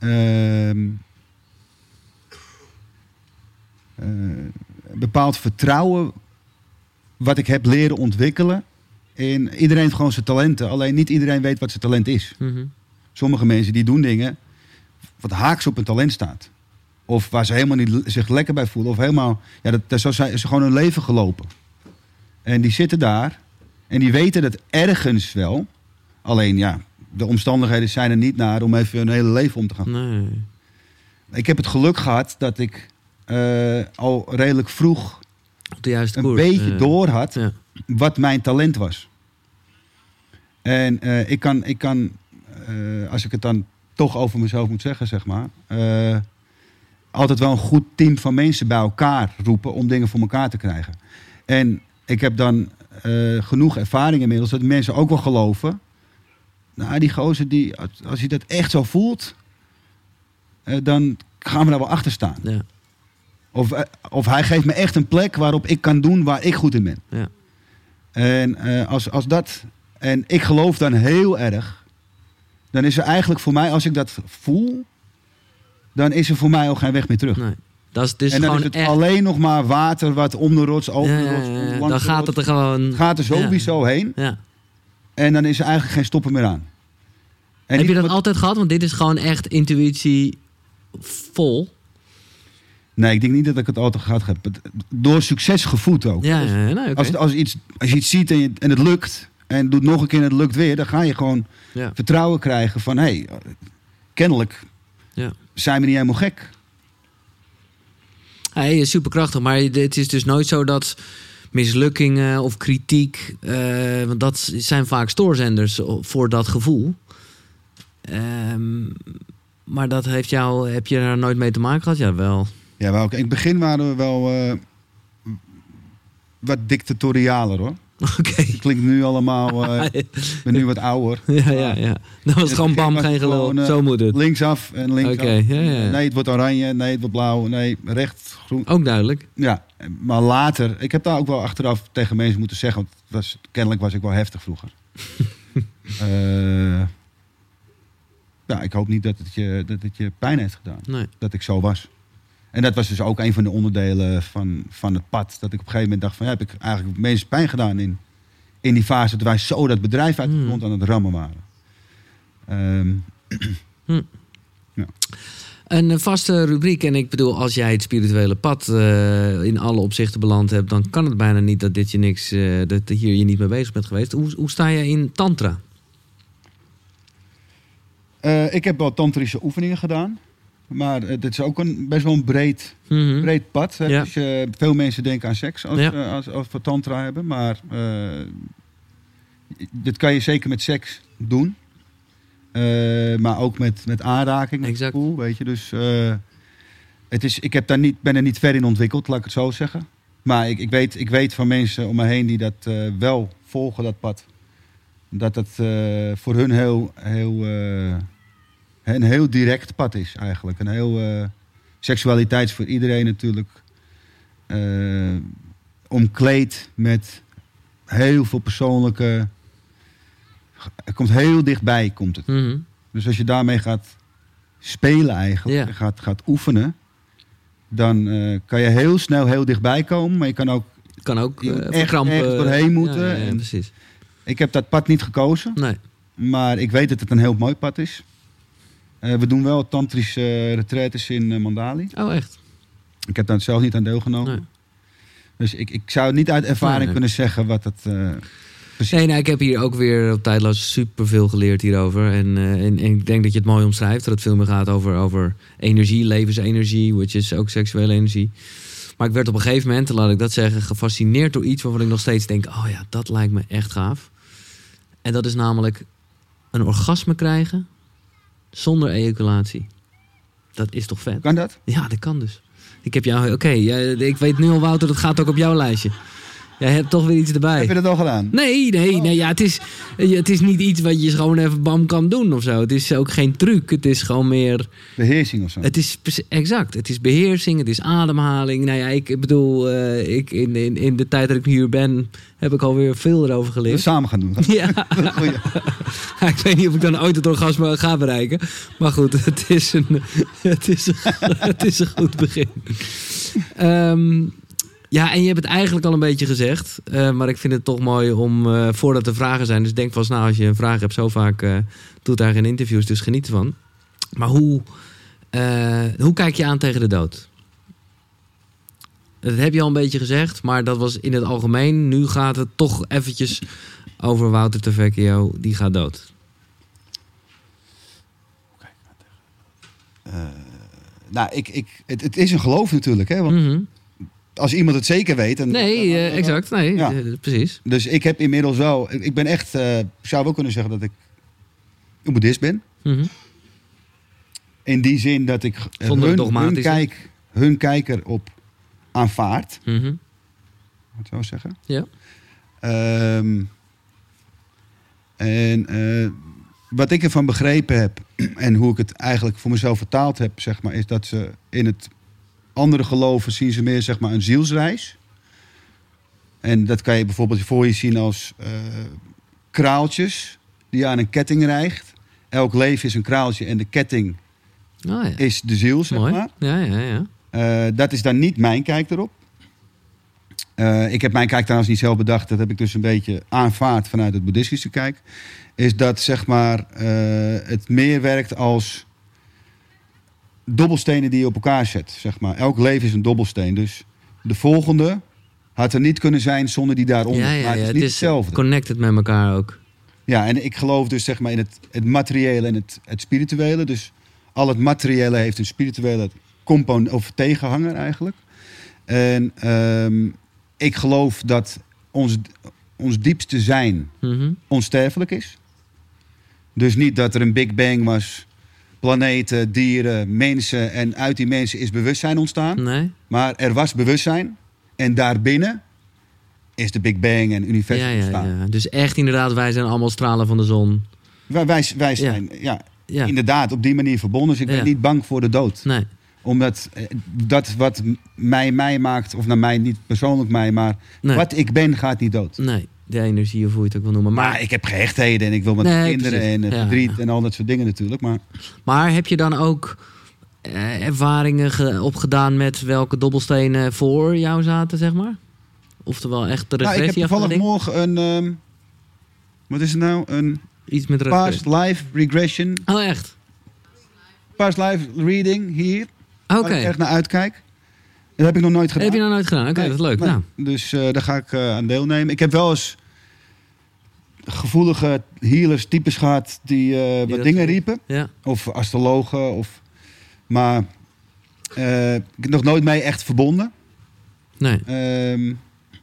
Speaker 2: bepaald vertrouwen wat ik heb leren ontwikkelen. En iedereen heeft gewoon zijn talenten. Alleen niet iedereen weet wat zijn talent is.
Speaker 1: Mm-hmm.
Speaker 2: Sommige mensen die doen dingen wat haaks op hun talent staat. Of waar ze helemaal niet zich lekker bij voelen. Of helemaal... Ja, zo zijn ze gewoon hun leven gelopen. En die zitten daar. En die weten dat ergens wel. Alleen ja, de omstandigheden zijn er niet naar om even hun hele leven om te gaan.
Speaker 1: Nee.
Speaker 2: Ik heb het geluk gehad dat ik al redelijk vroeg
Speaker 1: op de juiste
Speaker 2: een
Speaker 1: koers
Speaker 2: beetje door had wat mijn talent was. En ik kan als ik het dan toch over mezelf moet zeggen, zeg maar. altijd wel een goed team van mensen bij elkaar roepen om dingen voor elkaar te krijgen. En ik heb dan genoeg ervaring inmiddels dat mensen ook wel geloven. Nou, die gozer, als hij dat echt zo voelt, dan gaan we daar wel achter staan.
Speaker 1: Ja.
Speaker 2: Of hij geeft me echt een plek waarop ik kan doen waar ik goed in ben.
Speaker 1: Ja.
Speaker 2: En als dat... En ik geloof dan heel erg. Dan is er eigenlijk voor mij, als ik dat voel, dan is er voor mij ook geen weg meer terug.
Speaker 1: Nee. Dat is dus
Speaker 2: en dan
Speaker 1: gewoon
Speaker 2: is het
Speaker 1: echt...
Speaker 2: alleen nog maar water wat om de rots, over de rots, langs
Speaker 1: dan
Speaker 2: de
Speaker 1: gaat
Speaker 2: rots.
Speaker 1: het er gewoon...
Speaker 2: Het gaat er sowieso heen.
Speaker 1: Ja.
Speaker 2: En dan is er eigenlijk geen stoppen meer aan. En
Speaker 1: Heb je dat altijd gehad? Want dit is gewoon echt intuïtie vol.
Speaker 2: Nee, ik denk niet dat ik het altijd gehad heb. Door succes gevoed ook.
Speaker 1: Ja, nee, okay.
Speaker 2: Als je iets ziet en het lukt, en doet nog een keer en het lukt weer, dan ga je gewoon vertrouwen krijgen van, hey, kennelijk zijn we niet helemaal gek.
Speaker 1: Hey, superkrachtig, maar het is dus nooit zo dat mislukkingen of kritiek, want dat zijn vaak stoorzenders voor dat gevoel. Maar dat heb je daar nooit mee te maken gehad? Ja, wel.
Speaker 2: Ja, wel. In het begin waren we wel wat dictatorialer, hoor.
Speaker 1: Oké.
Speaker 2: Klinkt nu allemaal... Ik ben nu wat ouder.
Speaker 1: Ja. Dan was het gewoon bam, geen gelul. Gewoon, zo moet het.
Speaker 2: Linksaf en linksaf.
Speaker 1: Okay, ja.
Speaker 2: Nee, het wordt oranje. Nee, het wordt blauw. Nee, recht, groen.
Speaker 1: Ook duidelijk.
Speaker 2: Ja, maar later... Ik heb daar ook wel achteraf tegen mensen moeten zeggen. Want kennelijk was ik wel heftig vroeger. Ja, ik hoop niet dat het je pijn heeft gedaan. Nee. Dat ik zo was. En dat was dus ook een van de onderdelen van het pad. Dat ik op een gegeven moment dacht van... heb ik eigenlijk mensen pijn gedaan in die fase... dat wij zo dat bedrijf uit de grond aan het rammen waren. Ja.
Speaker 1: Een vaste rubriek. En ik bedoel, als jij het spirituele pad in alle opzichten beland hebt... dan kan het bijna niet dat dit je niks... dat hier je niet mee bezig bent geweest. Hoe sta je in tantra?
Speaker 2: Ik heb wel tantrische oefeningen gedaan. Maar het is ook best wel een breed pad. Hè? Ja. Dus, veel mensen denken aan seks als we tantra hebben. Maar dit kan je zeker met seks doen. Maar ook met aanraking.
Speaker 1: Exact.
Speaker 2: Gevoel, weet je. Dus ben er niet ver in ontwikkeld, laat ik het zo zeggen. Maar ik weet van mensen om me heen die dat wel volgen, dat pad. Dat het voor hun een heel direct pad is eigenlijk. Een heel seksualiteit is voor iedereen natuurlijk omkleed met heel veel persoonlijke... Het komt heel dichtbij, komt het. Mm-hmm. Dus als je daarmee gaat spelen eigenlijk, gaat oefenen... dan kan je heel snel heel dichtbij komen. Maar je kan ook echt doorheen moeten.
Speaker 1: Ja, precies.
Speaker 2: Ik heb dat pad niet gekozen.
Speaker 1: Nee.
Speaker 2: Maar ik weet dat het een heel mooi pad is. We doen wel tantrische retraites in Mandali.
Speaker 1: Oh, echt?
Speaker 2: Ik heb daar zelf niet aan deelgenomen. Nee. Dus ik zou niet uit ervaring kunnen zeggen wat het precies...
Speaker 1: Nee, ik heb hier ook weer op Tijdloos superveel geleerd hierover. En ik denk dat je het mooi omschrijft. Dat het veel meer gaat over energie, levensenergie. Which is ook seksuele energie. Maar ik werd op een gegeven moment, laat ik dat zeggen... gefascineerd door iets waarvan ik nog steeds denk... oh ja, dat lijkt me echt gaaf. En dat is namelijk een orgasme krijgen... zonder ejaculatie. Dat is toch vet?
Speaker 2: Kan dat?
Speaker 1: Ja, dat kan dus. Ik heb jou... Oké, ik weet nu al, Wouter, dat gaat ook op jouw lijstje. Jij hebt toch weer iets erbij.
Speaker 2: Heb je dat al gedaan?
Speaker 1: Nee. Ja, het is niet iets wat je gewoon even bam kan doen of zo. Het is ook geen truc. Het is gewoon meer...
Speaker 2: beheersing of zo?
Speaker 1: Het is exact. Het is beheersing. Het is ademhaling. Nou ja, ik bedoel... in de tijd dat ik hier ben... heb ik alweer veel erover geleerd.
Speaker 2: We samen gaan doen.
Speaker 1: Ja. Ik weet niet of ik dan ooit het orgasme ga bereiken. Maar goed, het is een goed begin. Ja, en je hebt het eigenlijk al een beetje gezegd. Maar ik vind het toch mooi om, voordat er vragen zijn... dus denk vast na, als je een vraag hebt... zo vaak doet daar geen interviews, dus geniet ervan. Maar hoe kijk je aan tegen de dood? Dat heb je al een beetje gezegd, maar dat was in het algemeen. Nu gaat het toch eventjes over Wouter te Vecchio. Die gaat dood.
Speaker 2: Het is een geloof natuurlijk, hè? Want als iemand het zeker weet...
Speaker 1: exact. Nee, ja. Precies.
Speaker 2: Dus ik heb inmiddels wel... Ik ben echt... zou wel kunnen zeggen dat ik een boeddhist ben. Mm-hmm. In die zin dat ik hun kijker op aanvaard.
Speaker 1: Mhm.
Speaker 2: Wat zou ik zeggen?
Speaker 1: Ja.
Speaker 2: Wat ik ervan begrepen heb en hoe ik het eigenlijk voor mezelf vertaald heb, zeg maar, is dat ze in het andere geloven zien ze meer, zeg maar, een zielsreis. En dat kan je bijvoorbeeld voor je zien als kraaltjes die je aan een ketting rijgt. Elk leven is een kraaltje en de ketting is de ziel, zeg
Speaker 1: Mooi.
Speaker 2: maar.
Speaker 1: Ja.
Speaker 2: Dat is dan niet mijn kijk erop. Ik heb mijn kijk trouwens niet zelf bedacht. Dat heb ik dus een beetje aanvaard vanuit het boeddhistische kijk. Is dat, zeg maar, het meer werkt als dobbelstenen die je op elkaar zet. Zeg maar. Elk leven is een dobbelsteen. Dus de volgende had er niet kunnen zijn zonder die daaronder. Maar het is niet hetzelfde.
Speaker 1: Connected met elkaar ook.
Speaker 2: Ja, en ik geloof dus, zeg maar, in het materiële en het spirituele. Dus al het materiële heeft een spirituele component of tegenhanger eigenlijk. En ik geloof dat ons diepste zijn onsterfelijk is. Dus niet dat er een Big Bang was, planeten, dieren, mensen, en uit die mensen is bewustzijn ontstaan.
Speaker 1: Nee.
Speaker 2: Maar er was bewustzijn en daarbinnen is de Big Bang en universum ontstaan.
Speaker 1: Ja. Dus echt inderdaad, wij zijn allemaal stralen van de zon.
Speaker 2: Wij zijn inderdaad op die manier verbonden. Dus ik ben niet bang voor de dood.
Speaker 1: Nee.
Speaker 2: Omdat dat wat mij maakt, of naar mij niet persoonlijk mij, maar wat ik ben gaat niet dood.
Speaker 1: Nee, de energie of hoe je het ook wil noemen. Maar
Speaker 2: ik heb gehechtheden en ik wil met kinderen en verdriet en al dat soort dingen natuurlijk.
Speaker 1: Maar heb je dan ook ervaringen opgedaan met welke dobbelstenen voor jou zaten, zeg maar? Oftewel echt de regressie?
Speaker 2: Ik heb toevallig morgen een... wat is het nou?
Speaker 1: Iets met
Speaker 2: past life regression.
Speaker 1: Oh, echt?
Speaker 2: Past life reading hier.
Speaker 1: Oké.
Speaker 2: Waar ik echt naar uitkijk. Dat heb ik nog nooit gedaan.
Speaker 1: Heb je nog nooit gedaan? Oké, dat is leuk.
Speaker 2: Nee.
Speaker 1: Nou.
Speaker 2: Dus daar ga ik aan deelnemen. Ik heb wel eens gevoelige healers types gehad die wat dingen riepen.
Speaker 1: Ja.
Speaker 2: Of astrologen. Maar ik heb nog nooit mee echt verbonden.
Speaker 1: Nee.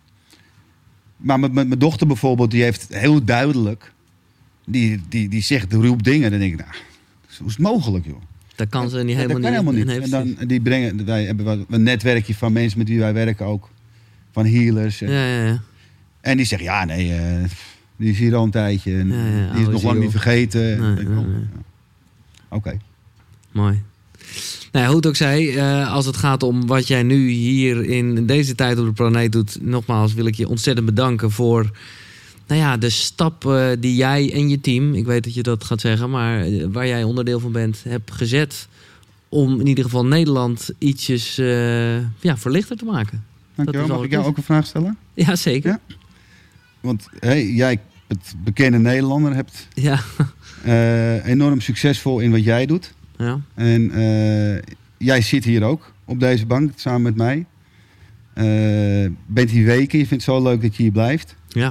Speaker 2: Maar met mijn dochter bijvoorbeeld, die heeft heel duidelijk... Die zegt, roep dingen. Dan denk ik, nou, hoe is het mogelijk, joh?
Speaker 1: Dat kan ze niet helemaal
Speaker 2: dat kan
Speaker 1: niet.
Speaker 2: helemaal niet. En dan wij hebben een netwerkje van mensen met wie wij werken ook. Van healers.
Speaker 1: Ja.
Speaker 2: En die zeggen, ja, nee, die is hier al een tijdje. En die is nog lang niet vergeten.
Speaker 1: Nee.
Speaker 2: Oké.
Speaker 1: Mooi. Nou ja, hoe het ook zij, als het gaat om wat jij nu hier in deze tijd op de planeet doet, nogmaals wil ik je ontzettend bedanken voor de stap die jij en je team, ik weet dat je dat gaat zeggen, maar waar jij onderdeel van bent, hebt gezet om in ieder geval Nederland ietsjes verlichter te maken.
Speaker 2: Dankjewel. Mag ik jou ook een vraag stellen?
Speaker 1: Ja, zeker. Ja?
Speaker 2: Want jij, het bekende Nederlander, hebt enorm succesvol in wat jij doet.
Speaker 1: Ja.
Speaker 2: En jij zit hier ook op deze bank samen met mij. Bent hier weken. Je vindt het zo leuk dat je hier blijft.
Speaker 1: Ja.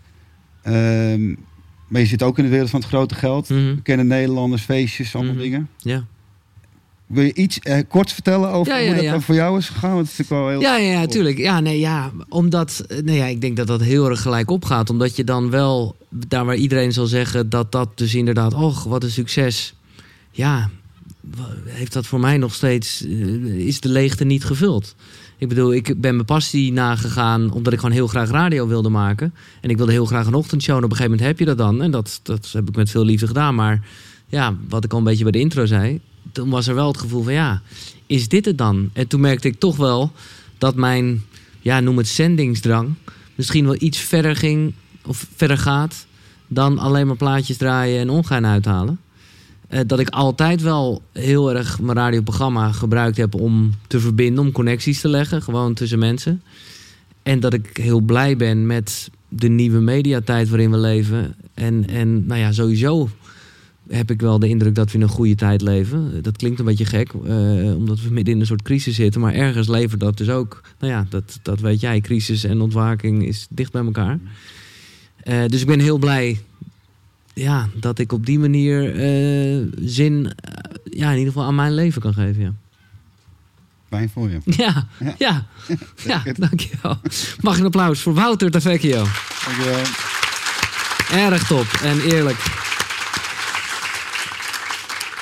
Speaker 2: Maar je zit ook in de wereld van het grote geld. Bekende Nederlanders, feestjes, allemaal dingen.
Speaker 1: Ja.
Speaker 2: Wil je iets kort vertellen over hoe dat dan voor jou is gegaan? Want het is natuurlijk wel heel...
Speaker 1: Ja, tuurlijk. Omdat, ik denk dat dat heel erg gelijk opgaat. Omdat je dan wel, daar waar iedereen zal zeggen dat dus inderdaad, wat een succes. Ja, heeft dat voor mij nog steeds, is de leegte niet gevuld. Ik bedoel, ik ben mijn passie nagegaan omdat ik gewoon heel graag radio wilde maken. En ik wilde heel graag een ochtendshow. En op een gegeven moment heb je dat dan. En dat heb ik met veel liefde gedaan. Maar wat ik al een beetje bij de intro zei, toen was er wel het gevoel van is dit het dan? En toen merkte ik toch wel dat mijn, noem het zendingsdrang, misschien wel iets verder ging of verder gaat dan alleen maar plaatjes draaien en ongein uithalen. Dat ik altijd wel heel erg mijn radioprogramma gebruikt heb om te verbinden, om connecties te leggen, gewoon tussen mensen. En dat ik heel blij ben met de nieuwe mediatijd waarin we leven. En sowieso heb ik wel de indruk dat we in een goede tijd leven. Dat klinkt een beetje gek, omdat we midden in een soort crisis zitten. Maar ergens levert dat dus ook, dat weet jij, crisis en ontwaking is dicht bij elkaar. Dus ik ben heel blij dat ik op die manier zin in ieder geval aan mijn leven kan geven. Ja.
Speaker 2: Fijn voor je.
Speaker 1: Ja, dankjewel. Mag ik een applaus voor Wouter Tavecchio.
Speaker 2: Dankjewel.
Speaker 1: Erg top en eerlijk.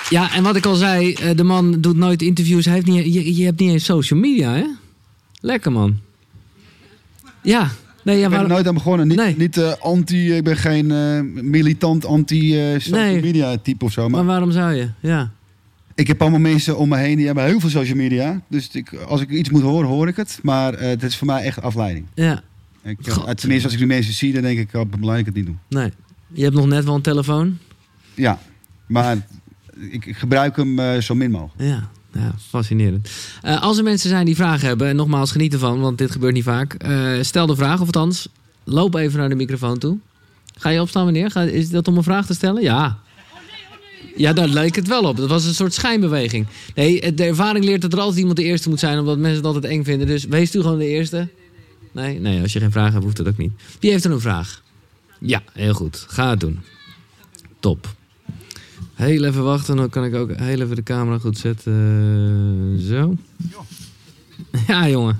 Speaker 1: Ja, en wat ik al zei, de man doet nooit interviews. Hij heeft je hebt niet eens social media, hè? Lekker, man. Ja. Nee, ja,
Speaker 2: ik ben er nooit aan begonnen. Niet anti... Ik ben geen militant anti-social media type of zo.
Speaker 1: Maar waarom zou je? Ja.
Speaker 2: Ik heb allemaal mensen om me heen die hebben heel veel social media. Dus als ik iets moet horen, hoor ik het. Maar het is voor mij echt afleiding.
Speaker 1: Ja.
Speaker 2: Tenminste, als ik die mensen zie, dan denk ik... belangrijk ik het niet doen.
Speaker 1: Nee. Je hebt nog net wel een telefoon?
Speaker 2: Ja. Maar ik gebruik hem zo min mogelijk.
Speaker 1: Ja, fascinerend. Als er mensen zijn die vragen hebben, en nogmaals geniet ervan, want dit gebeurt niet vaak. Stel de vraag, of althans, loop even naar de microfoon toe. Ga je opstaan, meneer? Is dat om een vraag te stellen? Ja. Ja, daar leek het wel op. Dat was een soort schijnbeweging. Nee, de ervaring leert dat er altijd iemand de eerste moet zijn, omdat mensen het altijd eng vinden. Dus wees u gewoon de eerste. Nee, als je geen vraag hebt, hoeft dat ook niet. Wie heeft er een vraag? Ja, heel goed. Ga het doen. Top. Heel even wachten, dan kan ik ook heel even de camera goed zetten. Zo. Ja, jongen.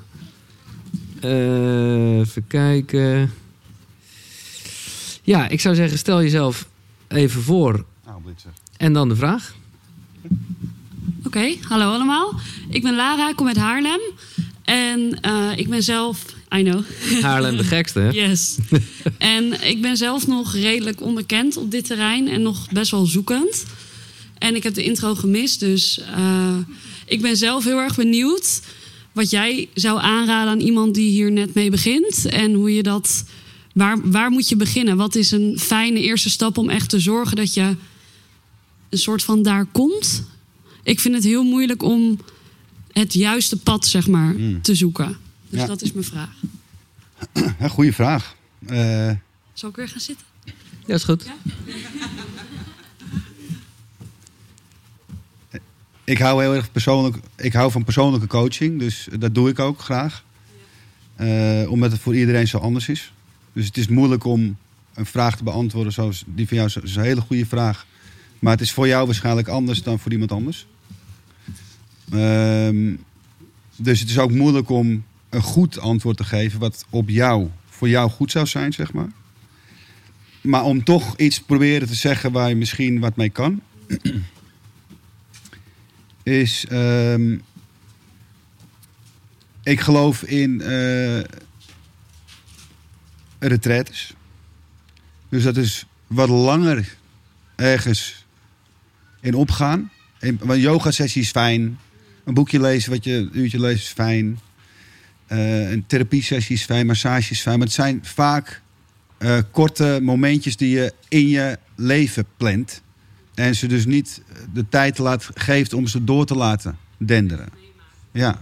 Speaker 1: Even kijken. Ja, ik zou zeggen, stel jezelf even voor. En dan de vraag.
Speaker 3: Oké, hallo allemaal. Ik ben Lara, ik kom uit Haarlem. En ik ben zelf... I know.
Speaker 1: Haarlem de gekste, hè?
Speaker 3: Yes. En ik ben zelf nog redelijk onbekend op dit terrein. En nog best wel zoekend. En ik heb de intro gemist. Dus ik ben zelf heel erg benieuwd... wat jij zou aanraden aan iemand die hier net mee begint. En hoe je dat... Waar moet je beginnen? Wat is een fijne eerste stap om echt te zorgen dat je... een soort van daar komt? Ik vind het heel moeilijk om het juiste pad, zeg maar, te zoeken. Dus dat is mijn vraag.
Speaker 2: Ja, goeie vraag.
Speaker 3: Zal ik weer gaan zitten?
Speaker 1: Ja, is goed. Ja?
Speaker 2: Ik hou heel erg persoonlijk. Ik hou van persoonlijke coaching, dus dat doe ik ook graag. Omdat het voor iedereen zo anders is. Dus het is moeilijk om een vraag te beantwoorden zoals die van jou. Dat is een hele goede vraag. Maar het is voor jou waarschijnlijk anders dan voor iemand anders. Dus het is ook moeilijk om een goed antwoord te geven wat voor jou goed zou zijn, zeg maar. Maar om toch iets proberen te zeggen waar je misschien wat mee kan, is... ik geloof in retraites. Dus dat is wat langer ergens in opgaan. Een yoga-sessie is fijn. Een boekje lezen, een uurtje lezen is fijn. Een therapiesessie is fijn, massage is fijn. Maar het zijn vaak korte momentjes die je in je leven plant. En ze dus niet de tijd geeft om ze door te laten denderen. Ja.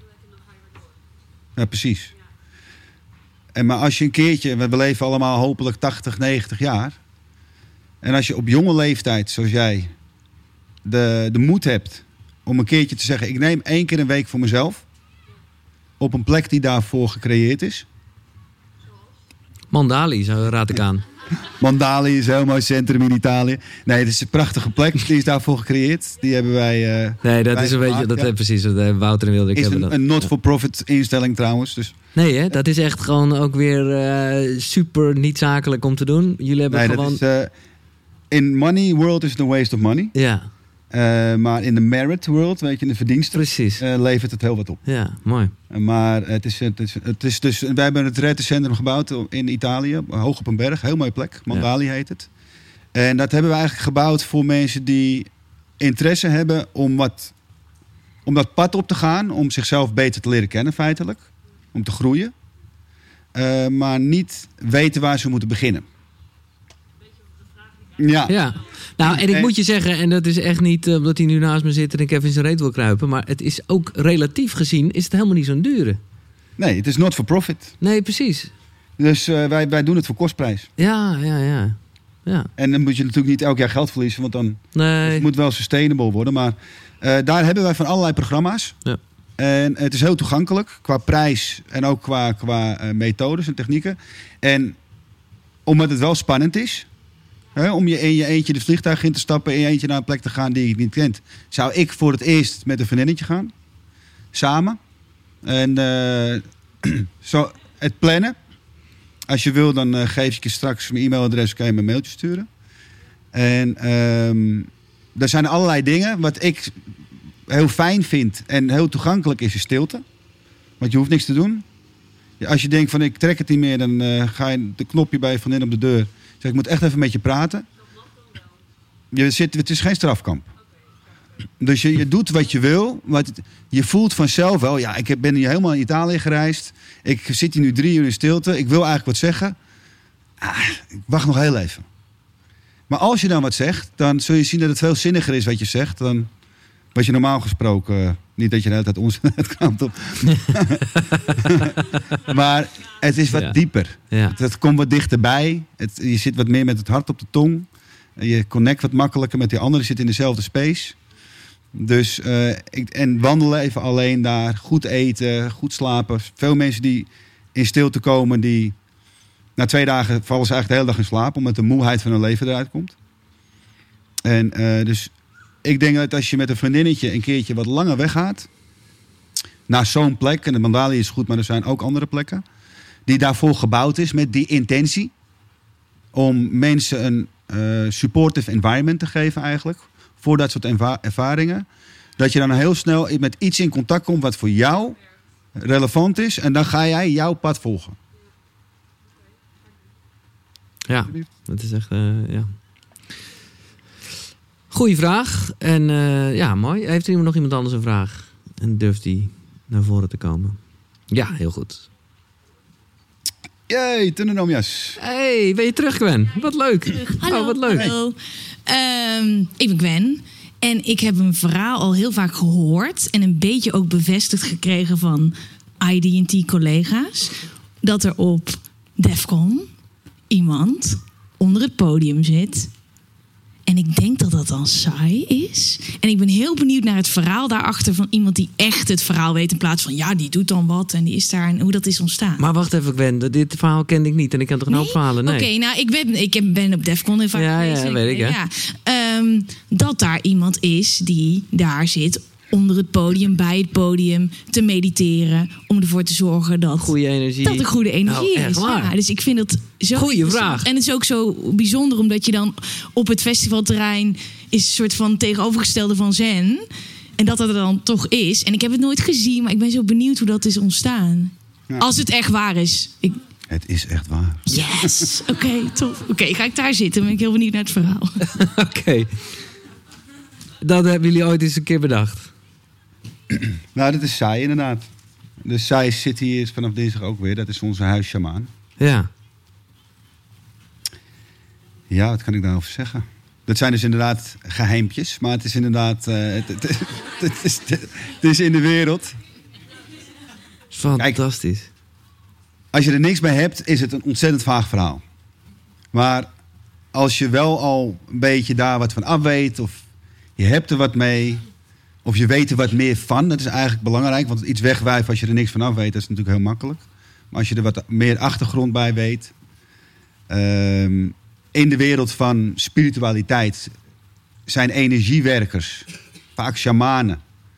Speaker 2: Ja, precies. Maar als je een keertje... We leven allemaal hopelijk 80, 90 jaar. En als je op jonge leeftijd, zoals jij... de moed hebt om een keertje te zeggen... ik neem 1 keer een week voor mezelf... op een plek die daarvoor gecreëerd is.
Speaker 1: Mandali, zo raad ik aan.
Speaker 2: Mandali is een heel mooi centrum in Italië. Nee, het is een prachtige plek. Die is daarvoor gecreëerd. Die hebben wij...
Speaker 1: nee, dat is een beetje... Dat heeft precies wat Wouter en Wilde.
Speaker 2: Is een not-for-profit instelling trouwens. Dus.
Speaker 1: Nee, hè? Dat is echt gewoon ook weer super niet zakelijk om te doen. Jullie hebben gewoon...
Speaker 2: Dat is, in money world is it a waste of money.
Speaker 1: Ja.
Speaker 2: Maar in de merit world, weet je, in de verdiensten...
Speaker 1: Precies.
Speaker 2: Levert het heel wat op.
Speaker 1: Ja, mooi.
Speaker 2: Maar het is dus... Wij hebben het retreatcentrum gebouwd in Italië. Hoog op een berg. Heel mooie plek. Mandali heet het. En dat hebben we eigenlijk gebouwd voor mensen die interesse hebben om dat pad op te gaan. Om zichzelf beter te leren kennen, feitelijk. Om te groeien. Maar niet weten waar ze moeten beginnen. Ja.
Speaker 1: Nou, en ik moet je zeggen, en dat is echt niet omdat hij nu naast me zit en ik even in zijn reet wil kruipen, maar het is ook relatief gezien, is het helemaal niet zo'n dure.
Speaker 2: Nee, het is not for profit.
Speaker 1: Nee, precies.
Speaker 2: Dus wij doen het voor kostprijs.
Speaker 1: Ja.
Speaker 2: En dan moet je natuurlijk niet elk jaar geld verliezen, want dan het moet wel sustainable worden. Maar daar hebben wij van allerlei programma's. Ja. En het is heel toegankelijk qua prijs en ook qua methodes en technieken. En omdat het wel spannend is... om je in je eentje de vliegtuig in te stappen... in je eentje naar een plek te gaan die je niet kent... zou ik voor het eerst met een vriendinnetje gaan. Samen. En zo het plannen. Als je wil, dan geef ik je straks mijn e-mailadres... kan je me een mailtje sturen. En er zijn allerlei dingen. Wat ik heel fijn vind en heel toegankelijk is stilte. Want je hoeft niks te doen. Ja, als je denkt van ik trek het niet meer, dan ga je de knopje bij je vriendin op de deur. Zeg, ik moet echt even met je praten. Het is geen strafkamp. Dus je doet wat je wil. Je voelt vanzelf wel, ja, ik ben hier helemaal in Italië gereisd. Ik zit hier nu 3 uur in stilte. Ik wil eigenlijk wat zeggen. Ik wacht nog heel even. Maar als je dan wat zegt, dan zul je zien dat het veel zinniger is wat je zegt dan wat je normaal gesproken. Niet dat je de hele tijd onzin uitkwam op. Maar het is wat dieper.
Speaker 1: Ja.
Speaker 2: Het komt wat dichterbij. Je zit wat meer met het hart op de tong. Je connect wat makkelijker met die anderen. Je zit in dezelfde space. Dus, en wandelen even alleen daar. Goed eten, goed slapen. Veel mensen die in stilte komen, die na 2 dagen vallen ze eigenlijk de hele dag in slaap. Omdat de moeheid van hun leven eruit komt. En dus ik denk dat als je met een vriendinnetje een keertje wat langer weggaat. Naar zo'n plek. En de Mandali is goed, maar er zijn ook andere plekken. Die daarvoor gebouwd is met die intentie. Om mensen een supportive environment te geven eigenlijk. Voor dat soort ervaringen. Dat je dan heel snel met iets in contact komt wat voor jou relevant is. En dan ga jij jouw pad volgen.
Speaker 1: Ja, dat is echt, ja. Goeie vraag. En ja, mooi. Heeft er nog iemand anders een vraag? En durft die naar voren te komen? Ja, heel goed.
Speaker 2: Jee, Tunenomias.
Speaker 1: Hey, ben je terug, Gwen? Wat leuk.
Speaker 4: Hallo.
Speaker 1: Oh, wat leuk.
Speaker 4: Hallo. Ik ben Gwen. En ik heb een verhaal al heel vaak gehoord. En een beetje ook bevestigd gekregen van IDT-collega's. Dat er op Defcon iemand onder het podium zit. En ik denk dat dat dan saai is. En ik ben heel benieuwd naar het verhaal daarachter van iemand die echt het verhaal weet. In plaats van, ja, die doet dan wat en die is daar en hoe dat is ontstaan.
Speaker 1: Maar wacht even, Gwen. Dit verhaal kende ik niet. En ik ken toch een hoop verhalen? Nee.
Speaker 4: Oké, nou, ik ben op Defcon in vaak geweest.
Speaker 1: Ja, weet ik, hè.
Speaker 4: Ja. Dat daar iemand is die daar zit onder het podium, bij het podium, te mediteren. Om ervoor te zorgen dat
Speaker 1: goede energie.
Speaker 4: Dat er goede energie
Speaker 1: echt
Speaker 4: is.
Speaker 1: waar?
Speaker 4: Ja, dus ik vind dat zo
Speaker 1: goeie vraag.
Speaker 4: En het is ook zo bijzonder, omdat je dan op het festivalterrein is een soort van tegenovergestelde van zen. En dat er dan toch is. En ik heb het nooit gezien, maar ik ben zo benieuwd hoe dat is ontstaan.
Speaker 2: Ja.
Speaker 4: Als het echt waar is.
Speaker 2: Het is echt waar.
Speaker 4: Yes! Oké, tof. Oké, ga ik daar zitten? Ben ik heel benieuwd naar het verhaal.
Speaker 1: Oké. Dat hebben jullie ooit eens een keer bedacht.
Speaker 2: Nou, dat is Sai inderdaad. Dus Sai zit hier vanaf dinsdag ook weer. Dat is onze huissjamaan.
Speaker 1: Ja.
Speaker 2: Ja, wat kan ik daarover zeggen? Dat zijn dus inderdaad geheimpjes. Maar het is inderdaad... het is in de wereld.
Speaker 1: Fantastisch.
Speaker 2: Kijk, als je er niks bij hebt, is het een ontzettend vaag verhaal. Maar als je wel al een beetje daar wat van af weet... of je hebt er wat mee... of je weet er wat meer van, dat is eigenlijk belangrijk. Want iets wegwijven als je er niks van af weet, dat is natuurlijk heel makkelijk. Maar als je er wat meer achtergrond bij weet... in de wereld van spiritualiteit zijn energiewerkers, vaak shamanen...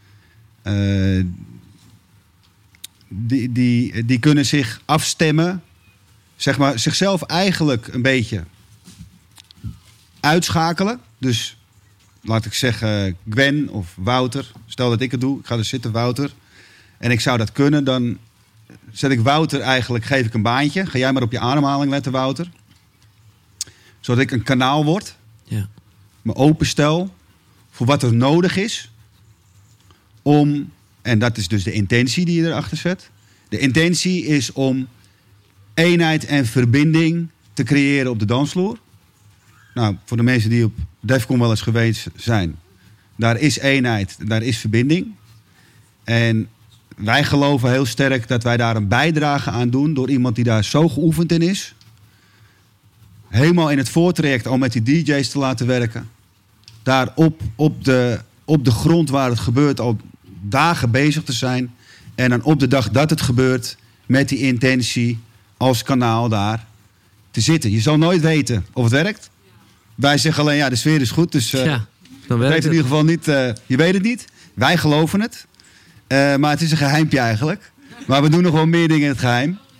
Speaker 2: Die kunnen zich afstemmen, zeg maar, zichzelf eigenlijk een beetje uitschakelen. Dus laat ik zeggen Gwen of Wouter. Stel dat ik het doe, ik ga er zitten, Wouter. En ik zou dat kunnen, dan zet ik Wouter eigenlijk, geef ik een baantje. Ga jij maar op je ademhaling letten, Wouter. Zodat ik een kanaal word.
Speaker 1: Ja.
Speaker 2: Me openstel voor wat er nodig is om... En dat is dus de intentie die je erachter zet. De intentie is om eenheid en verbinding te creëren op de dansvloer. Nou, voor de mensen die op Defcon wel eens geweest zijn. Daar is eenheid, daar is verbinding. En wij geloven heel sterk dat wij daar een bijdrage aan doen... door iemand die daar zo geoefend in is. Helemaal in het voortraject al met die DJ's te laten werken. Daar op de grond waar het gebeurt al... dagen bezig te zijn. En dan op de dag dat het gebeurt... met die intentie als kanaal daar te zitten. Je zal nooit weten of het werkt. Wij zeggen alleen, ja, de sfeer is goed. Dus
Speaker 1: Ja, dan
Speaker 2: het
Speaker 1: werkt
Speaker 2: heeft in
Speaker 1: het.
Speaker 2: ieder geval niet... je weet het niet. Wij geloven het. Maar het is een geheimpje eigenlijk. Maar we doen nog wel meer dingen in het geheim.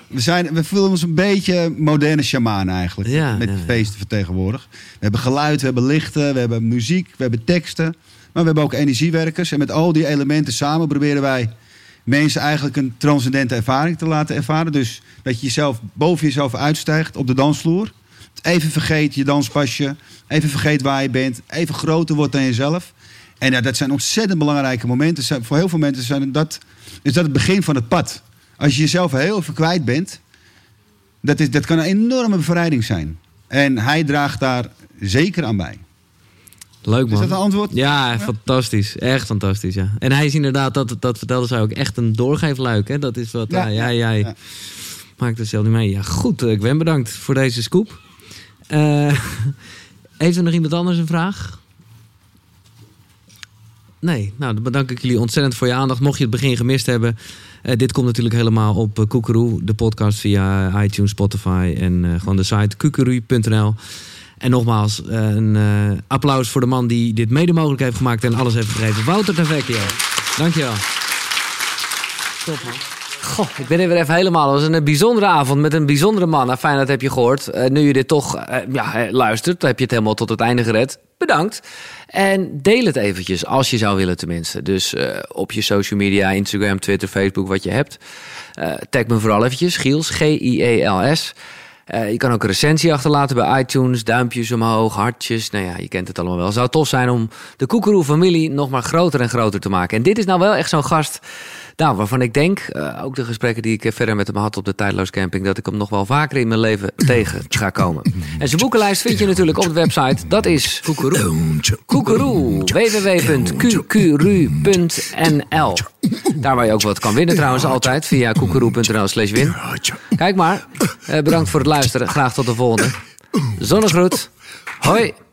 Speaker 2: We voelen ons een beetje moderne shamanen eigenlijk.
Speaker 1: Ja,
Speaker 2: met feesten vertegenwoordigd. We hebben geluid, we hebben lichten, we hebben muziek, we hebben teksten. Maar we hebben ook energiewerkers. En met al die elementen samen proberen wij mensen eigenlijk een transcendente ervaring te laten ervaren. Dus dat je jezelf boven jezelf uitstijgt op de dansvloer. Even vergeet je danspasje. Even vergeet waar je bent. Even groter wordt dan jezelf. En ja, dat zijn ontzettend belangrijke momenten. Voor heel veel mensen is dat het begin van het pad. Als je jezelf heel even kwijt bent, dat kan een enorme bevrijding zijn. En hij draagt daar zeker aan bij.
Speaker 1: Leuk, man.
Speaker 2: Is dat een antwoord?
Speaker 1: Ja, fantastisch. Echt fantastisch, ja. En hij is inderdaad, dat vertelde zij ook, echt een doorgeefluik. Hè? Dat is wat jij maakt het zelf niet mee. Ja, goed. Gwen, bedankt voor deze scoop. Heeft er nog iemand anders een vraag? Nee, nou dan bedank ik jullie ontzettend voor je aandacht. Mocht je het begin gemist hebben, dit komt natuurlijk helemaal op Koekeroe, de podcast via iTunes, Spotify en gewoon de site koekeroe.nl. En nogmaals, een applaus voor de man die dit mede mogelijk heeft gemaakt en alles heeft gegeven. Wouter ten Vecchio. Dankjewel. Top, man. Goh, ik ben er weer even helemaal. Het was een bijzondere avond met een bijzondere man. Nou, fijn, dat heb je gehoord. Nu je dit toch luistert, dan heb je het helemaal tot het einde gered. Bedankt. En deel het eventjes, als je zou willen tenminste. Dus op je social media, Instagram, Twitter, Facebook, wat je hebt. Tag me vooral eventjes, Giels, Giels. Je kan ook een recensie achterlaten bij iTunes. Duimpjes omhoog, hartjes. Nou ja, je kent het allemaal wel. Het zou tof zijn om de Koekeroe-familie nog maar groter en groter te maken. En dit is nou wel echt zo'n gast waarvan ik denk, ook de gesprekken die ik verder met hem had op de Tijdloos Camping, dat ik hem nog wel vaker in mijn leven tegen ga komen. En zijn boekenlijst vind je natuurlijk op de website. Dat is Koekeroe. www.qqru.nl. Daar waar je ook wat kan winnen trouwens altijd. Via koekeroe.nl/win. Kijk maar. Bedankt voor het luisteren. Graag tot de volgende. Zonnegroet. Hoi.